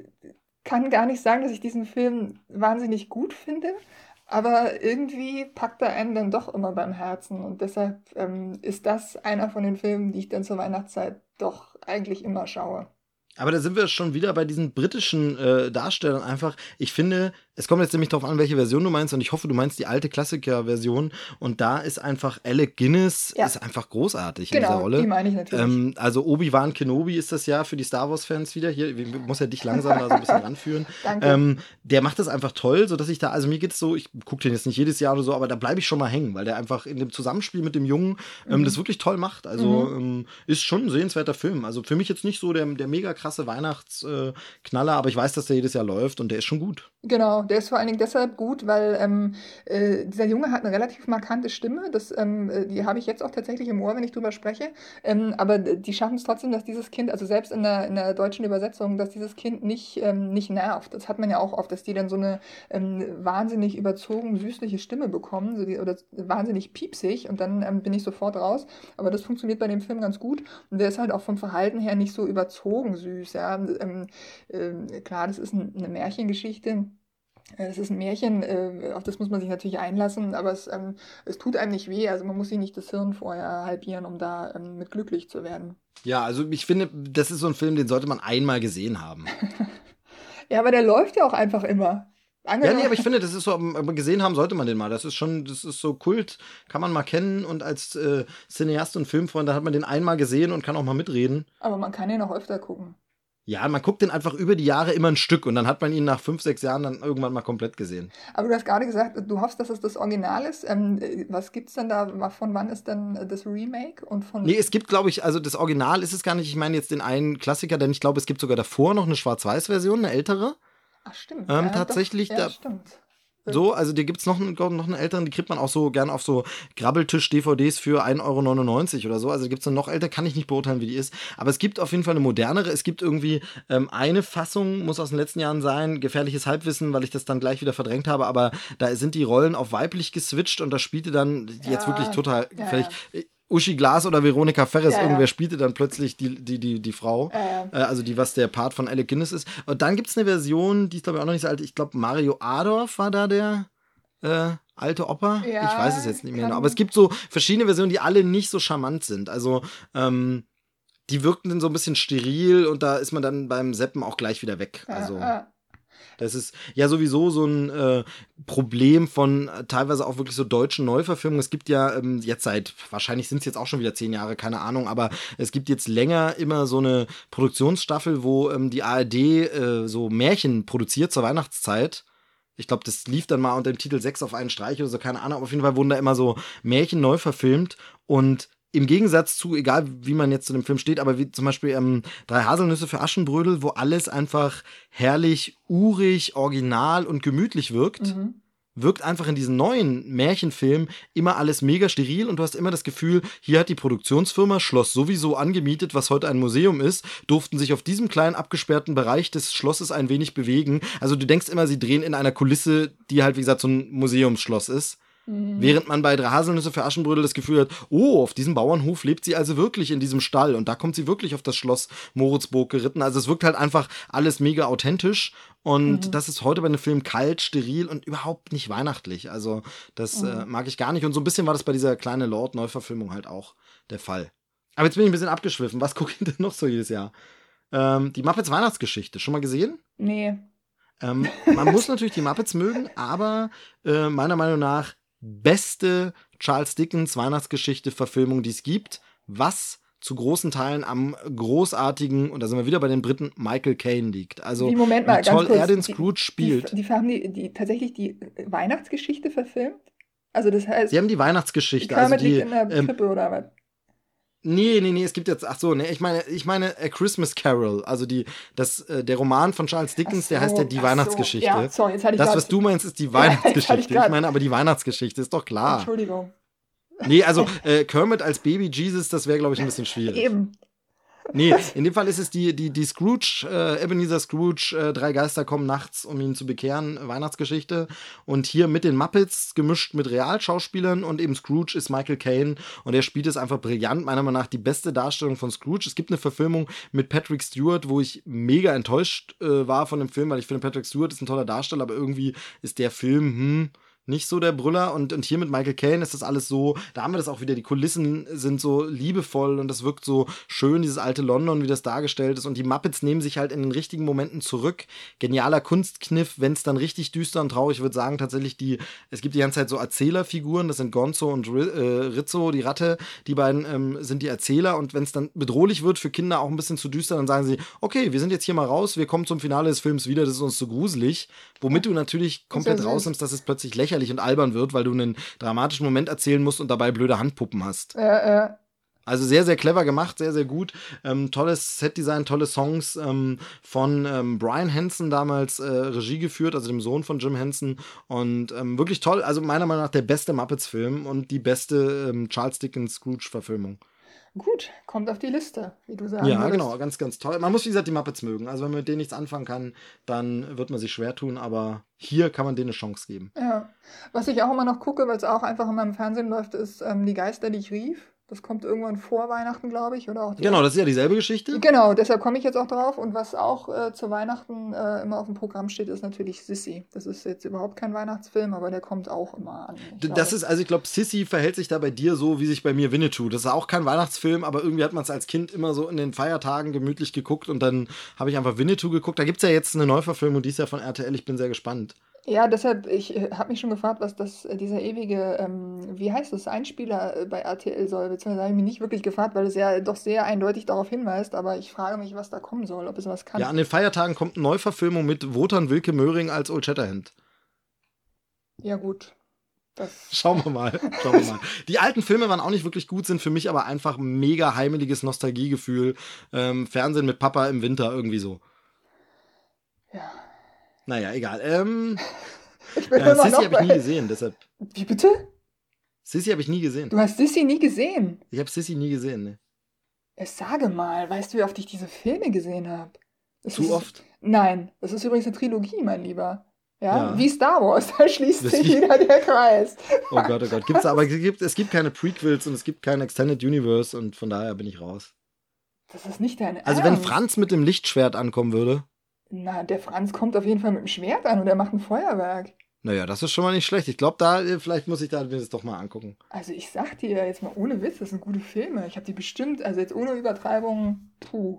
kann gar nicht sagen, dass ich diesen Film wahnsinnig gut finde, aber irgendwie packt er einen dann doch immer beim Herzen und deshalb ähm, ist das einer von den Filmen, die ich dann zur Weihnachtszeit doch eigentlich immer schaue. Aber da sind wir schon wieder bei diesen britischen äh, Darstellern einfach. Ich finde, es kommt jetzt nämlich darauf an, welche Version du meinst und ich hoffe, du meinst die alte Klassiker-Version und da ist einfach Alec Guinness ja. ist einfach großartig genau, in dieser Rolle. Die meine ich natürlich. Ähm, also Obi-Wan Kenobi ist das ja für die Star Wars-Fans wieder. Hier ich muss ja dich langsam da so ein bisschen ranführen. Danke. Ähm, der macht das einfach toll, sodass ich da, also mir geht es so, ich gucke den jetzt nicht jedes Jahr oder so, aber da bleibe ich schon mal hängen, weil der einfach in dem Zusammenspiel mit dem Jungen ähm, mhm. das wirklich toll macht. Also mhm. ähm, ist schon ein sehenswerter Film. Also für mich jetzt nicht so der, der mega krasse Weihnachtsknaller, aber ich weiß, dass der jedes Jahr läuft und der ist schon gut. Genau, der ist vor allen Dingen deshalb gut, weil ähm, äh, dieser Junge hat eine relativ markante Stimme. Das, ähm, äh, die habe ich jetzt auch tatsächlich im Ohr, wenn ich drüber spreche. Ähm, aber d- die schaffen es trotzdem, dass dieses Kind, also selbst in der, in der deutschen Übersetzung, dass dieses Kind nicht, ähm, nicht nervt. Das hat man ja auch oft, dass die dann so eine ähm, wahnsinnig überzogen süßliche Stimme bekommen, so die, oder wahnsinnig piepsig und dann ähm, bin ich sofort raus. Aber das funktioniert bei dem Film ganz gut. Und der ist halt auch vom Verhalten her nicht so überzogen süß. Ja? Ähm, ähm, klar, das ist ein, eine Märchengeschichte. Äh, Es ist ein Märchen, äh, auf das muss man sich natürlich einlassen, aber es, ähm, es tut einem nicht weh. Also man muss sich nicht das Hirn vorher halbieren, um da ähm, mit glücklich zu werden. Ja, also ich finde, das ist so ein Film, den sollte man einmal gesehen haben. Ja, aber der läuft ja auch einfach immer. Ja, nee, Angenommen, aber ich finde, das ist so, aber gesehen haben sollte man den mal. Das ist schon, das ist so Kult, kann man mal kennen und als äh, Cineast und Filmfreund, da hat man den einmal gesehen und kann auch mal mitreden. aber man kann ihn auch öfter gucken. Ja, man guckt den einfach über die Jahre immer ein Stück und dann hat man ihn nach fünf, sechs Jahren dann irgendwann mal komplett gesehen. Aber du hast gerade gesagt, du hoffst, dass es das Original ist. Ähm, äh, was gibt's denn da? Von wann ist denn äh, das Remake? Und von. Nee, es gibt, glaube ich, also das Original ist es gar nicht. Ich meine jetzt den einen Klassiker, denn ich glaube, es gibt sogar davor noch eine Schwarz-Weiß-Version, eine ältere. Ach, stimmt. Ähm, Ja, tatsächlich, doch. Ja, da, stimmt. so, also die gibt's noch, einen- noch einen älteren, die kriegt man auch so gern auf so Grabbeltisch-D V Ds für ein Euro neunundneunzig oder so. Also gibt's eine noch älter, kann ich nicht beurteilen, wie die ist. Aber es gibt auf jeden Fall eine modernere. Es gibt irgendwie ähm, eine Fassung, muss aus den letzten Jahren sein, gefährliches Halbwissen, weil ich das dann gleich wieder verdrängt habe. Aber da sind die Rollen auf weiblich geswitcht und da spielte dann jetzt Ja, wirklich total ja, gefährlich. ja. Uschi Glas oder Veronika Ferres, Ja, ja. irgendwer spielte dann plötzlich die, die, die, die Frau, Ja, äh, also die, was der Part von Alec Guinness ist. Und dann gibt's eine Version, die ist glaube ich auch noch nicht so alt. Ich glaube, Mario Adorf war da der äh, alte Opa. Ja, ich weiß es jetzt nicht mehr kann- genau. Aber es gibt so verschiedene Versionen, die alle nicht so charmant sind. Also, ähm, die wirkten dann so ein bisschen steril und da ist man dann beim Seppen auch gleich wieder weg. ja, Also. ja. Das ist ja sowieso so ein äh, Problem von äh, teilweise auch wirklich so deutschen Neuverfilmungen. Es gibt ja ähm, jetzt seit, wahrscheinlich sind es jetzt auch schon wieder zehn Jahre, keine Ahnung, aber es gibt jetzt länger immer so eine Produktionsstaffel, wo ähm, die A R D äh, so Märchen produziert zur Weihnachtszeit. Ich glaube, das lief dann mal unter dem Titel Sechs auf einen Streich oder so, keine Ahnung. Aber auf jeden Fall wurden da immer so Märchen neu verfilmt und im Gegensatz zu, egal wie man jetzt zu dem Film steht, aber wie zum Beispiel ähm, Drei Haselnüsse für Aschenbrödel, wo alles einfach herrlich, urig, original und gemütlich wirkt, Mhm. wirkt einfach in diesen neuen Märchenfilmen immer alles mega steril und du hast immer das Gefühl, hier hat die Produktionsfirma Schloss sowieso angemietet, was heute ein Museum ist, durften sich auf diesem kleinen abgesperrten Bereich des Schlosses ein wenig bewegen. Also du denkst immer, sie drehen in einer Kulisse, die halt wie gesagt so ein Museumsschloss ist. Mhm. Während man bei Drei Haselnüsse für Aschenbrödel das Gefühl hat, oh, auf diesem Bauernhof lebt sie also wirklich in diesem Stall und da kommt sie wirklich auf das Schloss Moritzburg geritten. Also es wirkt halt einfach alles mega authentisch und Mhm. das ist heute bei einem Film kalt, steril und überhaupt nicht weihnachtlich. Also das Mhm. äh, mag ich gar nicht und so ein bisschen war das bei dieser kleine Lord-Neuverfilmung halt auch der Fall. Aber jetzt bin ich ein bisschen abgeschwiffen. Was gucke ich denn noch so jedes Jahr? Ähm, die Muppets Weihnachtsgeschichte. Schon mal gesehen? Nee. Ähm, man muss natürlich die Muppets mögen, aber äh, meiner Meinung nach beste Charles Dickens Weihnachtsgeschichte-Verfilmung, die es gibt, was zu großen Teilen am großartigen, und da sind wir wieder bei den Briten, Michael Caine liegt. Also Wie, Moment mal, wie ganz toll kurz. er den Die- Scrooge spielt. Die, die haben die, die tatsächlich die Weihnachtsgeschichte verfilmt? Also das heißt, Sie haben die Weihnachtsgeschichte, also Kermit die, liegt in der ähm, Krippe oder was? nee, nee, nee, es gibt jetzt, ach so, nee, ich meine, ich meine A Christmas Carol, also die, das, äh, der Roman von Charles Dickens, Ach der so, heißt ja die ach so. Weihnachtsgeschichte. Ja, sorry, jetzt hatte ich Das, grad- was du meinst, ist die Ja, jetzt hatte ich Weihnachtsgeschichte. Ich grad- meine aber die Weihnachtsgeschichte, ist doch klar. Entschuldigung. Nee, also äh, Kermit als Baby Jesus, das wäre, glaube ich, ein bisschen schwierig. Eben. Nee, in dem Fall ist es die, die, die Scrooge, äh, Ebenezer Scrooge, äh, drei Geister kommen nachts, um ihn zu bekehren, äh, Weihnachtsgeschichte. Und hier mit den Muppets gemischt mit Realschauspielern und eben Scrooge ist Michael Caine und er spielt es einfach brillant, meiner Meinung nach die beste Darstellung von Scrooge. Es gibt eine Verfilmung mit Patrick Stewart, wo ich mega enttäuscht äh, war von dem Film, weil ich finde, Patrick Stewart ist ein toller Darsteller, aber irgendwie ist der Film, hm, nicht so der Brüller und, und hier mit Michael Caine ist das alles so, da haben wir das auch wieder, die Kulissen sind so liebevoll und das wirkt so schön, dieses alte London, wie das dargestellt ist und die Muppets nehmen sich halt in den richtigen Momenten zurück. Genialer Kunstkniff, wenn es dann richtig düster und traurig wird, sagen tatsächlich die, es gibt die ganze Zeit so Erzählerfiguren, das sind Gonzo und Ri- äh, Rizzo, die Ratte, die beiden ähm, sind die Erzähler und wenn es dann bedrohlich wird, für Kinder auch ein bisschen zu düster, dann sagen sie, okay, wir sind jetzt hier mal raus, wir kommen zum Finale des Films wieder, das ist uns zu gruselig, womit du natürlich komplett süß. rausnimmst, dass es plötzlich lächerlich und albern wird, weil du einen dramatischen Moment erzählen musst und dabei blöde Handpuppen hast. Äh, äh, Also sehr, sehr clever gemacht, sehr, sehr gut. Ähm, tolles Setdesign, tolle Songs ähm, von ähm, Brian Henson damals äh, Regie geführt, also dem Sohn von Jim Henson. Und ähm, wirklich toll, also meiner Meinung nach der beste Muppets-Film und die beste ähm, Charles Dickens Scrooge-Verfilmung. Gut, kommt auf die Liste, wie du sagen Ja, würdest. genau, ganz, ganz toll. Man muss, wie gesagt, die Muppets mögen. Also wenn man mit denen nichts anfangen kann, dann wird man sich schwer tun, aber hier kann man denen eine Chance geben. Ja. Was ich auch immer noch gucke, weil es auch einfach in meinem Fernsehen läuft, ist ähm, Die Geister, die ich rief. Das kommt irgendwann vor Weihnachten, glaube ich, oder auch Genau, direkt. das ist ja dieselbe Geschichte. Genau, deshalb komme ich jetzt auch drauf. Und was auch äh, zu Weihnachten äh, immer auf dem Programm steht, ist natürlich Sissy. Das ist jetzt überhaupt kein Weihnachtsfilm, aber der kommt auch immer an. Ich D- glaube, Das ist, also ich glaube, Sissy verhält sich da bei dir so, wie sich bei mir Winnetou. Das ist auch kein Weihnachtsfilm, aber irgendwie hat man es als Kind immer so in den Feiertagen gemütlich geguckt und dann habe ich einfach Winnetou geguckt. Da gibt es ja jetzt eine Neuverfilmung, die ist ja von R T L, ich bin sehr gespannt. ja, deshalb, ich äh, habe mich schon gefragt, was das, äh, dieser ewige, ähm, wie heißt das, Einspieler äh, bei R T L soll. Beziehungsweise habe ich mich nicht wirklich gefragt, weil es ja doch sehr eindeutig darauf hinweist, aber ich frage mich, was da kommen soll, ob es was kann. Ja, an den Feiertagen kommt eine Neuverfilmung mit Wotan Wilke Möhring als Old Shatterhand. Ja, gut. Das, Schauen wir mal, schauen wir mal. Die alten Filme waren auch nicht wirklich gut, sind für mich aber einfach ein mega heimeliges Nostalgiegefühl. Ähm, Fernsehen mit Papa im Winter, irgendwie so. ja. Naja, egal. Ähm, Ich bin äh, immer Sissy noch habe ich nie bei. gesehen, deshalb. Wie bitte? Sissy habe ich nie gesehen. Du hast Sissy nie gesehen. Ich habe Sissy nie gesehen, ne? Es sage mal, weißt du, wie oft ich diese Filme gesehen habe? Das Zu ist, oft? Nein, das ist übrigens eine Trilogie, mein Lieber. Ja, Ja. wie Star Wars, da schließt Das sich wie- wieder der Kreis. Oh Gott, oh Gott. Gibt's aber es gibt, es gibt keine Prequels und es gibt kein Extended Universe und von daher bin ich raus. Das ist nicht dein Also wenn Ernst. Franz mit dem Lichtschwert ankommen würde, Na, der Franz kommt auf jeden Fall mit dem Schwert an und er macht ein Feuerwerk. naja, das ist schon mal nicht schlecht. Ich glaube, da, äh, vielleicht muss ich da mir das doch mal angucken. Also ich sag dir jetzt mal ohne Witz, das sind gute Filme. Ich habe die bestimmt, also jetzt ohne Übertreibung, puh.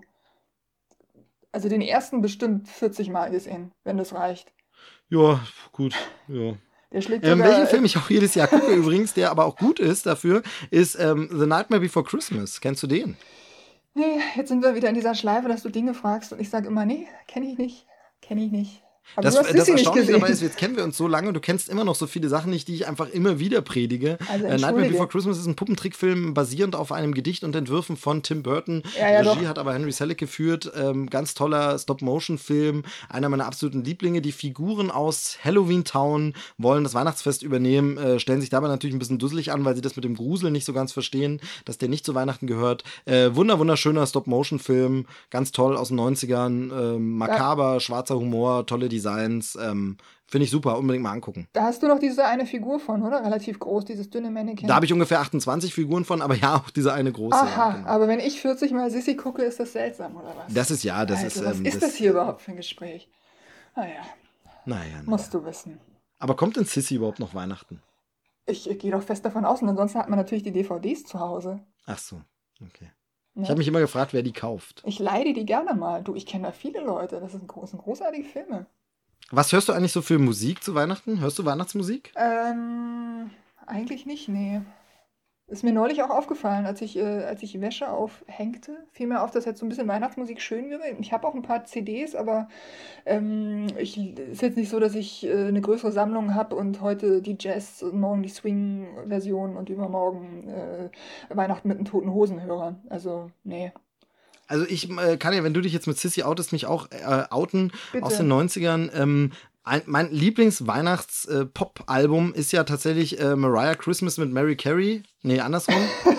Also den ersten bestimmt vierzig Mal gesehen, wenn das reicht. Ja, gut, ja. Der schlägt Ähm, sogar, welchen Film ich auch jedes Jahr gucke übrigens, der aber auch gut ist dafür, ist ähm, The Nightmare Before Christmas. Kennst du den? Nee, jetzt sind wir wieder in dieser Schleife, dass du Dinge fragst und ich sage immer, nee, kenne ich nicht, kenne ich nicht. Aber Das, du hast das Sissy nicht Erstaunliche gesehen. dabei ist, jetzt kennen wir uns so lange und du kennst immer noch so viele Sachen nicht, die ich einfach immer wieder predige. Also äh, Nightmare entschuldige. Before Christmas ist ein Puppentrickfilm basierend auf einem Gedicht und Entwürfen von Tim Burton. Ja, ja, Regie doch. hat aber Henry Selick geführt. Ähm, ganz toller Stop-Motion-Film. Einer meiner absoluten Lieblinge. Die Figuren aus Halloween Town wollen das Weihnachtsfest übernehmen, äh, stellen sich dabei natürlich ein bisschen dusselig an, weil sie das mit dem Grusel nicht so ganz verstehen, dass der nicht zu Weihnachten gehört. Äh, wunder, wunderschöner Stop-Motion-Film. Ganz toll aus den neunzigern. Äh, makaber, schwarzer Humor, tolle Designs. Ähm, Finde ich super, unbedingt mal angucken. Da hast du noch diese eine Figur von, oder? Relativ groß, dieses dünne Mannequin. Da habe ich ungefähr achtundzwanzig Figuren von, aber ja, auch diese eine große. Aha, ja, genau. aber wenn ich vierzig Mal Sissy gucke, ist das seltsam, oder was? Das ist ja, das also, ist. was ähm, ist das hier überhaupt für ein Gespräch? Naja, Naja, naja. musst du wissen. Aber kommt denn Sissy überhaupt noch Weihnachten? Ich, ich gehe doch fest davon aus und ansonsten hat man natürlich die D V Ds zu Hause. Ach so, okay. Ne? Ich habe mich immer gefragt, wer die kauft. Ich leide die gerne mal. Du, ich kenne da viele Leute. Das sind, groß, sind großartige Filme. Was hörst du eigentlich so für Musik zu Weihnachten? Hörst du Weihnachtsmusik? Ähm, eigentlich nicht, nee. Ist mir neulich auch aufgefallen, als ich, äh, als ich Wäsche aufhängte, fiel mir auf, dass jetzt so ein bisschen Weihnachtsmusik schön wäre. Ich habe auch ein paar C Ds, aber ähm, ich, ist jetzt nicht so, dass ich äh, eine größere Sammlung habe und heute die Jazz und morgen die Swing-Version und übermorgen äh, Weihnachten mit den Toten Hosen höre. Also, nee. Also ich äh, kann ja, wenn du dich jetzt mit Sissy outest, mich auch äh, outen Bitte. aus den neunzigern. Ähm, ein, mein Lieblings-Weihnachts-Pop-Album ist ja tatsächlich äh, Mariah Christmas mit Mary Carey. Nee, andersrum.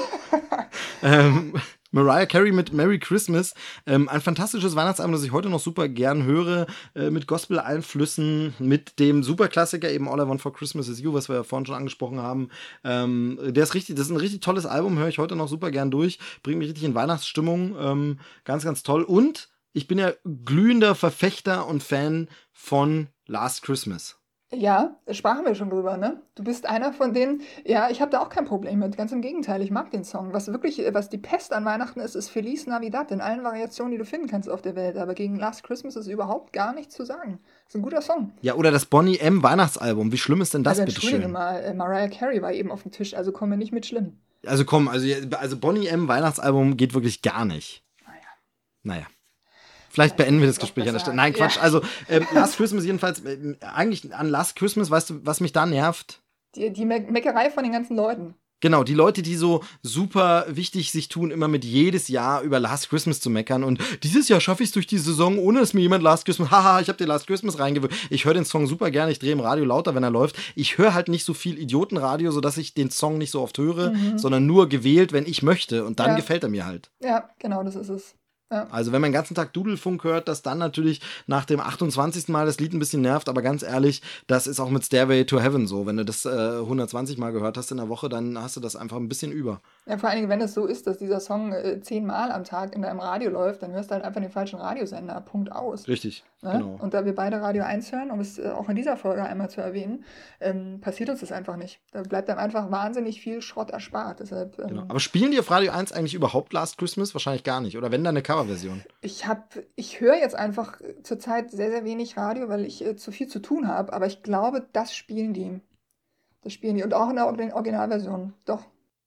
ähm, Mariah Carey mit Merry Christmas. Ähm, ein fantastisches Weihnachtsalbum, das ich heute noch super gern höre, äh, mit Gospel-Einflüssen, mit dem Superklassiker eben All I Want for Christmas Is You, was wir ja vorhin schon angesprochen haben. Ähm, der ist richtig, das ist ein richtig tolles Album, höre ich heute noch super gern durch, bringt mich richtig in Weihnachtsstimmung. Ähm, ganz, ganz toll. Und ich bin ja glühender Verfechter und Fan von Last Christmas. Ja, da sprachen wir schon drüber, ne? Du bist einer von denen, ja, ich habe da auch kein Problem mit, ganz im Gegenteil, ich mag den Song. Was wirklich, was die Pest an Weihnachten ist, ist Feliz Navidad in allen Variationen, die du finden kannst auf der Welt. Aber gegen Last Christmas ist überhaupt gar nichts zu sagen. Ist ein guter Song. Ja, oder das Bonnie M. Weihnachtsalbum. Wie schlimm ist denn das, Also bitte entschuldige schön? mal, äh, Mariah Carey war eben auf dem Tisch, also kommen wir nicht mit schlimm. Also komm, also, also Bonnie M. Weihnachtsalbum geht wirklich gar nicht. Naja. Naja. Vielleicht beenden wir das Doch Gespräch an der besser. Stelle. Nein, Quatsch. Ja. Also, ähm, Last Christmas jedenfalls, äh, eigentlich an Last Christmas, weißt du, was mich da nervt? Die, die Me Meckerei von den ganzen Leuten. Genau, die Leute, die so super wichtig sich tun, immer mit jedes Jahr über Last Christmas zu meckern und dieses Jahr schaffe ich es durch die Saison, ohne dass mir jemand Last Christmas, haha, ich habe dir Last Christmas reingewirkt. Ich höre den Song super gerne, ich drehe im Radio lauter, wenn er läuft. Ich höre halt nicht so viel Idiotenradio, sodass ich den Song nicht so oft höre, Mhm. sondern nur gewählt, wenn ich möchte und dann Ja. gefällt er mir halt. Ja, genau, das ist es. Ja. Also wenn man den ganzen Tag Dudelfunk hört, dass dann natürlich nach dem achtundzwanzigsten Mal das Lied ein bisschen nervt, aber ganz ehrlich, das ist auch mit Stairway to Heaven so. Wenn du das äh, hundertzwanzig Mal gehört hast in der Woche, dann hast du das einfach ein bisschen über. Ja, vor allen Dingen, wenn es so ist, dass dieser Song äh, zehnmal am Tag in deinem Radio läuft, dann hörst du halt einfach den falschen Radiosender. Punkt aus. Richtig, Ne? genau. Und da wir beide Radio eins hören, um es äh, auch in dieser Folge einmal zu erwähnen, ähm, passiert uns das einfach nicht. Da bleibt einem einfach wahnsinnig viel Schrott erspart. Deshalb, ähm, genau. Aber spielen die auf Radio eins eigentlich überhaupt Last Christmas? Wahrscheinlich gar nicht. Oder wenn, dann eine Coverversion? Ich hab, ich höre jetzt einfach äh, zurzeit sehr, sehr wenig Radio, weil ich äh, zu viel zu tun habe. Aber ich glaube, das spielen die. Das spielen die. Und auch in der Origin- Originalversion. Doch.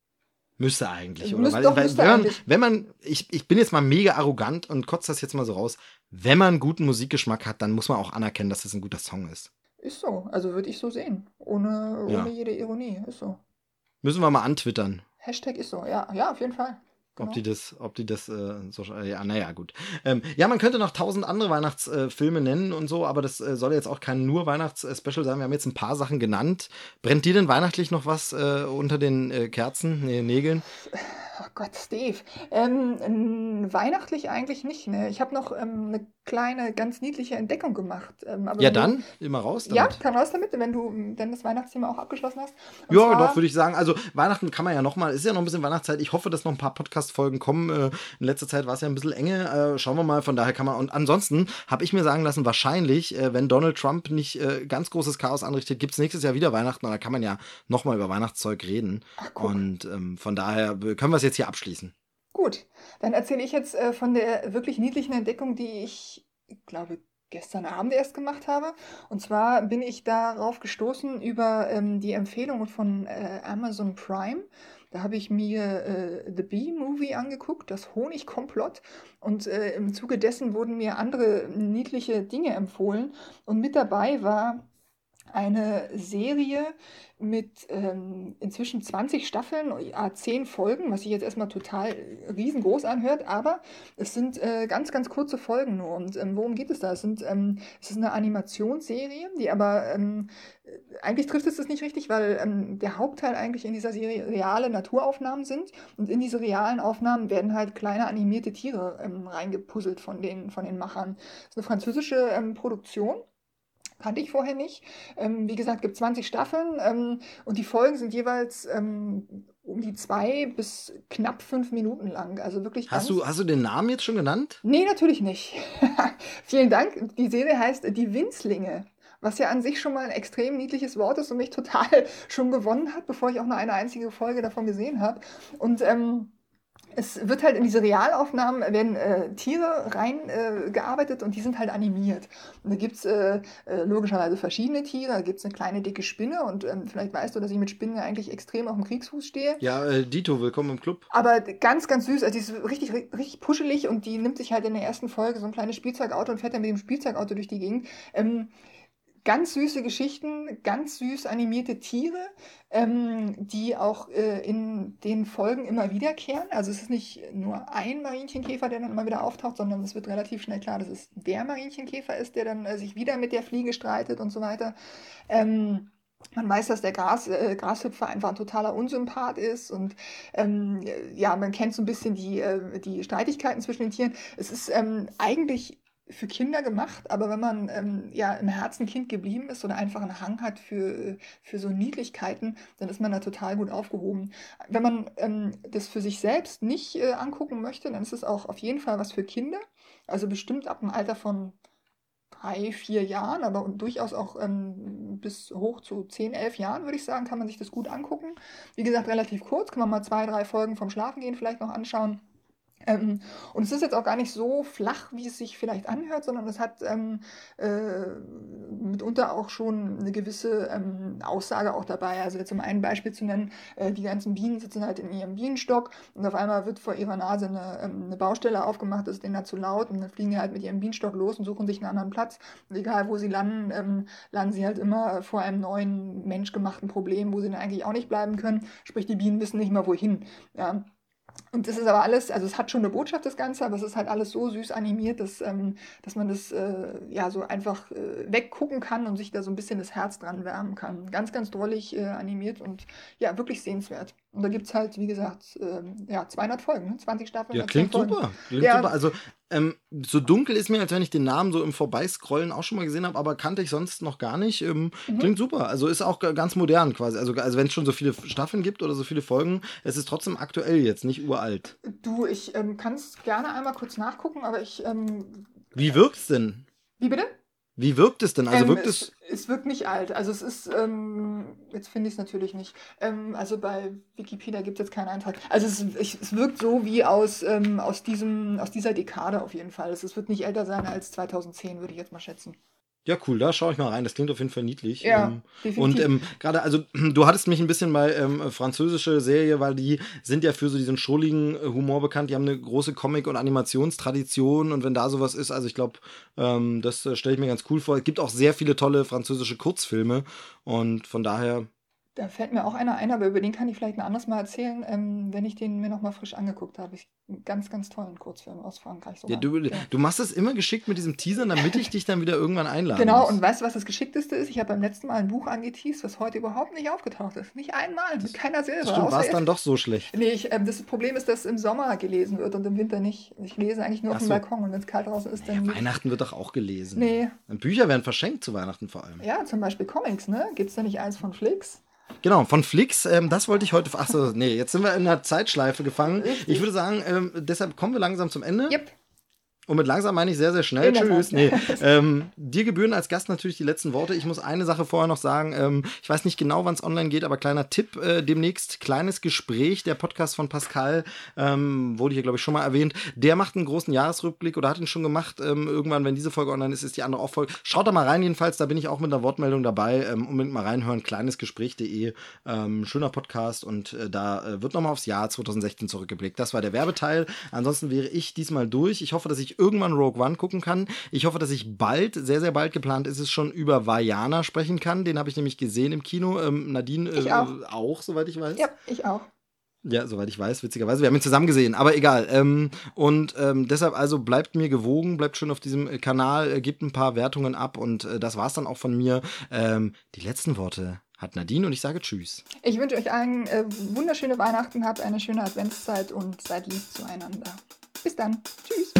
Müsste eigentlich, oder? Müsst, Weil, doch, weil, müsste wenn, man, eigentlich. wenn man, ich, ich bin jetzt mal mega arrogant und kotze das jetzt mal so raus, wenn man guten Musikgeschmack hat, dann muss man auch anerkennen, dass das ein guter Song ist. Ist so. Also würde ich so sehen. Ohne, Ja. ohne jede Ironie. Ist so. Müssen wir mal antwittern. Hashtag ist so. Ja, ja, auf jeden Fall. Genau. Ob die das, ob die das äh, so, ja, naja, gut. Ähm, ja, man könnte noch tausend andere Weihnachtsfilme äh, nennen und so, aber das äh, soll jetzt auch kein nur Weihnachts-Special sein. Wir haben jetzt ein paar Sachen genannt. Brennt dir denn weihnachtlich noch was äh, unter den äh, Kerzen, nee, Nägeln? Ach Gott, Steve. Ähm, n- weihnachtlich eigentlich nicht. Ne? Ich habe noch ähm, eine kleine, ganz niedliche Entdeckung gemacht. Ähm, aber Ja, wenn du- dann immer raus damit. Ja, kann raus damit, wenn du ähm, dann das Weihnachtsthema auch abgeschlossen hast. Und Ja, zwar- doch, würde ich sagen. Also Weihnachten kann man ja noch mal, ist ja noch ein bisschen Weihnachtszeit. Ich hoffe, dass noch ein paar Podcast-Folgen kommen. Äh, in letzter Zeit war es ja ein bisschen enge. Äh, schauen wir mal, von daher kann man. Und ansonsten habe ich mir sagen lassen, wahrscheinlich, äh, wenn Donald Trump nicht äh, ganz großes Chaos anrichtet, gibt es nächstes Jahr wieder Weihnachten. Und da kann man ja noch mal über Weihnachtszeug reden. Ach, guck. Und ähm, von daher können wir es jetzt hier abschließen. Gut, dann erzähle ich jetzt äh, von der wirklich niedlichen Entdeckung, die ich, glaube, gestern Abend erst gemacht habe. Und zwar bin ich darauf gestoßen über ähm, die Empfehlung von äh, Amazon Prime. Da habe ich mir äh, The Bee-Movie angeguckt, das Honigkomplott. Und äh, im Zuge dessen wurden mir andere niedliche Dinge empfohlen. Und mit dabei war eine Serie mit ähm, inzwischen zwanzig Staffeln, ja, zehn Folgen, was sich jetzt erstmal total riesengroß anhört, aber es sind äh, ganz, ganz kurze Folgen nur. Und ähm, worum geht es da? Es, sind, ähm, es ist eine Animationsserie, die aber ähm, eigentlich trifft es das nicht richtig, weil ähm, der Hauptteil eigentlich in dieser Serie reale Naturaufnahmen sind. Und in diese realen Aufnahmen werden halt kleine animierte Tiere ähm, reingepuzzelt von den, von den Machern. Das ist eine französische ähm, Produktion. Kannte ich vorher nicht. Ähm, wie gesagt, gibt zwanzig Staffeln ähm, und die Folgen sind jeweils ähm, um die zwei bis knapp fünf Minuten lang. Also wirklich ganz... Hast du, hast du den Namen jetzt schon genannt? Nee, natürlich nicht. Vielen Dank. Die Serie heißt Die Winzlinge, was ja an sich schon mal ein extrem niedliches Wort ist und mich total schon gewonnen hat, bevor ich auch nur eine einzige Folge davon gesehen habe. Und ähm, es wird halt in diese Realaufnahmen werden äh, Tiere reingearbeitet äh, und die sind halt animiert. Und da gibt es äh, äh, logischerweise verschiedene Tiere. Da gibt es eine kleine dicke Spinne und ähm, vielleicht weißt du, dass ich mit Spinnen eigentlich extrem auf dem Kriegsfuß stehe. Ja, äh, Dito, willkommen im Club. Aber ganz, ganz süß. Also die ist richtig, richtig puschelig und die nimmt sich halt in der ersten Folge so ein kleines Spielzeugauto und fährt dann mit dem Spielzeugauto durch die Gegend. Ähm, Ganz süße Geschichten, ganz süß animierte Tiere, ähm, die auch äh, in den Folgen immer wiederkehren. Also es ist nicht nur ein Marienkäfer, der dann immer wieder auftaucht, sondern es wird relativ schnell klar, dass es der Marienkäfer ist, der dann äh, sich wieder mit der Fliege streitet und so weiter. Ähm, Man weiß, dass der Gras, äh, Grashüpfer einfach ein totaler Unsympath ist und ähm, ja, man kennt so ein bisschen die, äh, die Streitigkeiten zwischen den Tieren. Es ist ähm, eigentlich für Kinder gemacht, aber wenn man ähm, ja im Herzen Kind geblieben ist oder einfach einen Hang hat für, für so Niedlichkeiten, dann ist man da total gut aufgehoben. Wenn man ähm, das für sich selbst nicht äh, angucken möchte, dann ist es auch auf jeden Fall was für Kinder. Also bestimmt ab dem Alter von drei, vier Jahren, aber durchaus auch ähm, bis hoch zu zehn, elf Jahren, würde ich sagen, kann man sich das gut angucken. Wie gesagt, relativ kurz, kann man mal zwei, drei Folgen vom Schlafengehen vielleicht noch anschauen. Ähm, und es ist jetzt auch gar nicht so flach, wie es sich vielleicht anhört, sondern es hat ähm, äh, mitunter auch schon eine gewisse ähm, Aussage auch dabei. Also jetzt um ein Beispiel zu nennen, äh, die ganzen Bienen sitzen halt in ihrem Bienenstock und auf einmal wird vor ihrer Nase eine, ähm, eine Baustelle aufgemacht, das ist denen da zu laut und dann fliegen die halt mit ihrem Bienenstock los und suchen sich einen anderen Platz. Und egal wo sie landen, ähm, landen sie halt immer vor einem neuen menschgemachten Problem, wo sie dann eigentlich auch nicht bleiben können. Sprich, die Bienen wissen nicht mehr wohin. Ja. Und das ist aber alles, also es hat schon eine Botschaft, das Ganze, aber es ist halt alles so süß animiert, dass, ähm, dass man das äh, ja so einfach äh, weggucken kann und sich da so ein bisschen das Herz dran wärmen kann. Ganz, ganz drollig äh, animiert und ja, wirklich sehenswert. Und da gibt es halt, wie gesagt, ähm, ja, zweihundert Folgen, ne? zwanzig Staffeln, Ja, hundertzehn klingt Folgen. super. Klingt Ja, super. Also, ähm, so dunkel ist mir, als wenn ich den Namen so im Vorbeiscrollen auch schon mal gesehen habe, aber kannte ich sonst noch gar nicht. Ähm, mhm. klingt super. Also ist auch g- ganz modern quasi. Also, also wenn es schon so viele Staffeln gibt oder so viele Folgen, es ist trotzdem aktuell jetzt, nicht uralt. Du, ich ähm, kann es gerne einmal kurz nachgucken, aber ich, ähm, Wie wirkt's denn? wie bitte? Wie wirkt es denn? Also Ähm, wirkt es, es. es wirkt nicht alt. Also es ist, ähm, jetzt finde ich es natürlich nicht. Ähm, also bei Wikipedia gibt es jetzt keinen Eintrag. Also es, ich, es wirkt so wie aus, ähm, aus diesem, aus dieser Dekade auf jeden Fall. Es, es wird nicht älter sein als zweitausendzehn, würde ich jetzt mal schätzen. Ja, cool, da schaue ich mal rein. Das klingt auf jeden Fall niedlich. Ja, Ähm, und definitiv. ähm, gerade, also du hattest mich ein bisschen bei ähm, französische Serie, weil die sind ja für so diesen schrulligen äh, Humor bekannt. Die haben eine große Comic- und Animationstradition. Und wenn da sowas ist, also ich glaube, ähm, das äh, stelle ich mir ganz cool vor. Es gibt auch sehr viele tolle französische Kurzfilme. Und von daher, Da fällt mir auch einer ein, aber über den kann ich vielleicht ein anderes Mal erzählen, ähm, wenn ich den mir nochmal frisch angeguckt habe. Ich, einen ganz, ganz tollen Kurzfilm aus Frankreich ja, sogar. du, Der du machst es immer geschickt mit diesem Teasern, damit ich dich dann wieder irgendwann einladen Genau, und muss. weißt du, was das Geschickteste ist? Ich habe beim letzten Mal ein Buch angeteased, was heute überhaupt nicht aufgetaucht ist. Nicht einmal, mit Das, keiner das Silbe, stimmt, war außer es dann jetzt. doch so schlecht. Nee, ich, ähm, das Problem ist, dass im Sommer gelesen wird und im Winter nicht. Ich lese eigentlich nur auf Ach dem so. Balkon und wenn es kalt draußen ist, Naja, dann liege ich. Weihnachten wird doch auch gelesen. Nee, Und Bücher werden verschenkt zu Weihnachten vor allem. ja, zum Beispiel Comics, ne? Gibt es da nicht eins von Flix? Genau, von Flix, ähm, das wollte ich heute. Achso, nee, jetzt sind wir in einer Zeitschleife gefangen. Ich Richtig. würde sagen, ähm, deshalb kommen wir langsam zum Ende. Yep, Und mit langsam meine ich sehr, sehr schnell. in der Tat. Tschüss. Nee. Ähm, dir gebühren als Gast natürlich die letzten Worte. Ich muss eine Sache vorher noch sagen. Ähm, ich weiß nicht genau, wann es online geht, aber kleiner Tipp. Äh, demnächst kleines Gespräch. Der Podcast von Pascal, ähm, wurde hier, glaube ich, schon mal erwähnt. Der macht einen großen Jahresrückblick oder hat ihn schon gemacht. Ähm, irgendwann, wenn diese Folge online ist, ist die andere auch voll. Schaut da mal rein, jedenfalls. Da bin ich auch mit einer Wortmeldung dabei. Ähm, unbedingt mal reinhören. kleinesgespräch punkt de. Ähm, schöner Podcast. Und äh, da äh, wird nochmal aufs Jahr zwanzig sechzehn zurückgeblickt. Das war der Werbeteil. Ansonsten wäre ich diesmal durch. Ich hoffe, dass ich irgendwann Rogue One gucken kann. Ich hoffe, dass ich bald, sehr, sehr bald geplant ist es schon, über Vajana sprechen kann. Den habe ich nämlich gesehen im Kino. Ähm, Nadine Ich äh, auch. auch, soweit ich weiß. Ja, ich auch. Ja, soweit ich weiß, witzigerweise. Wir haben ihn zusammen gesehen, aber egal. Ähm, und ähm, deshalb also bleibt mir gewogen, bleibt schön auf diesem äh, Kanal, äh, gibt ein paar Wertungen ab und äh, das war's dann auch von mir. Ähm, die letzten Worte hat Nadine und ich sage Tschüss. Ich wünsche euch allen äh, wunderschöne Weihnachten, habt eine schöne Adventszeit und seid lieb zueinander. Bis dann. Tschüss.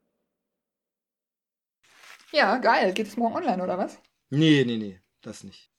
Ja, geil. Geht es morgen online oder was? Nee, nee, nee, das nicht.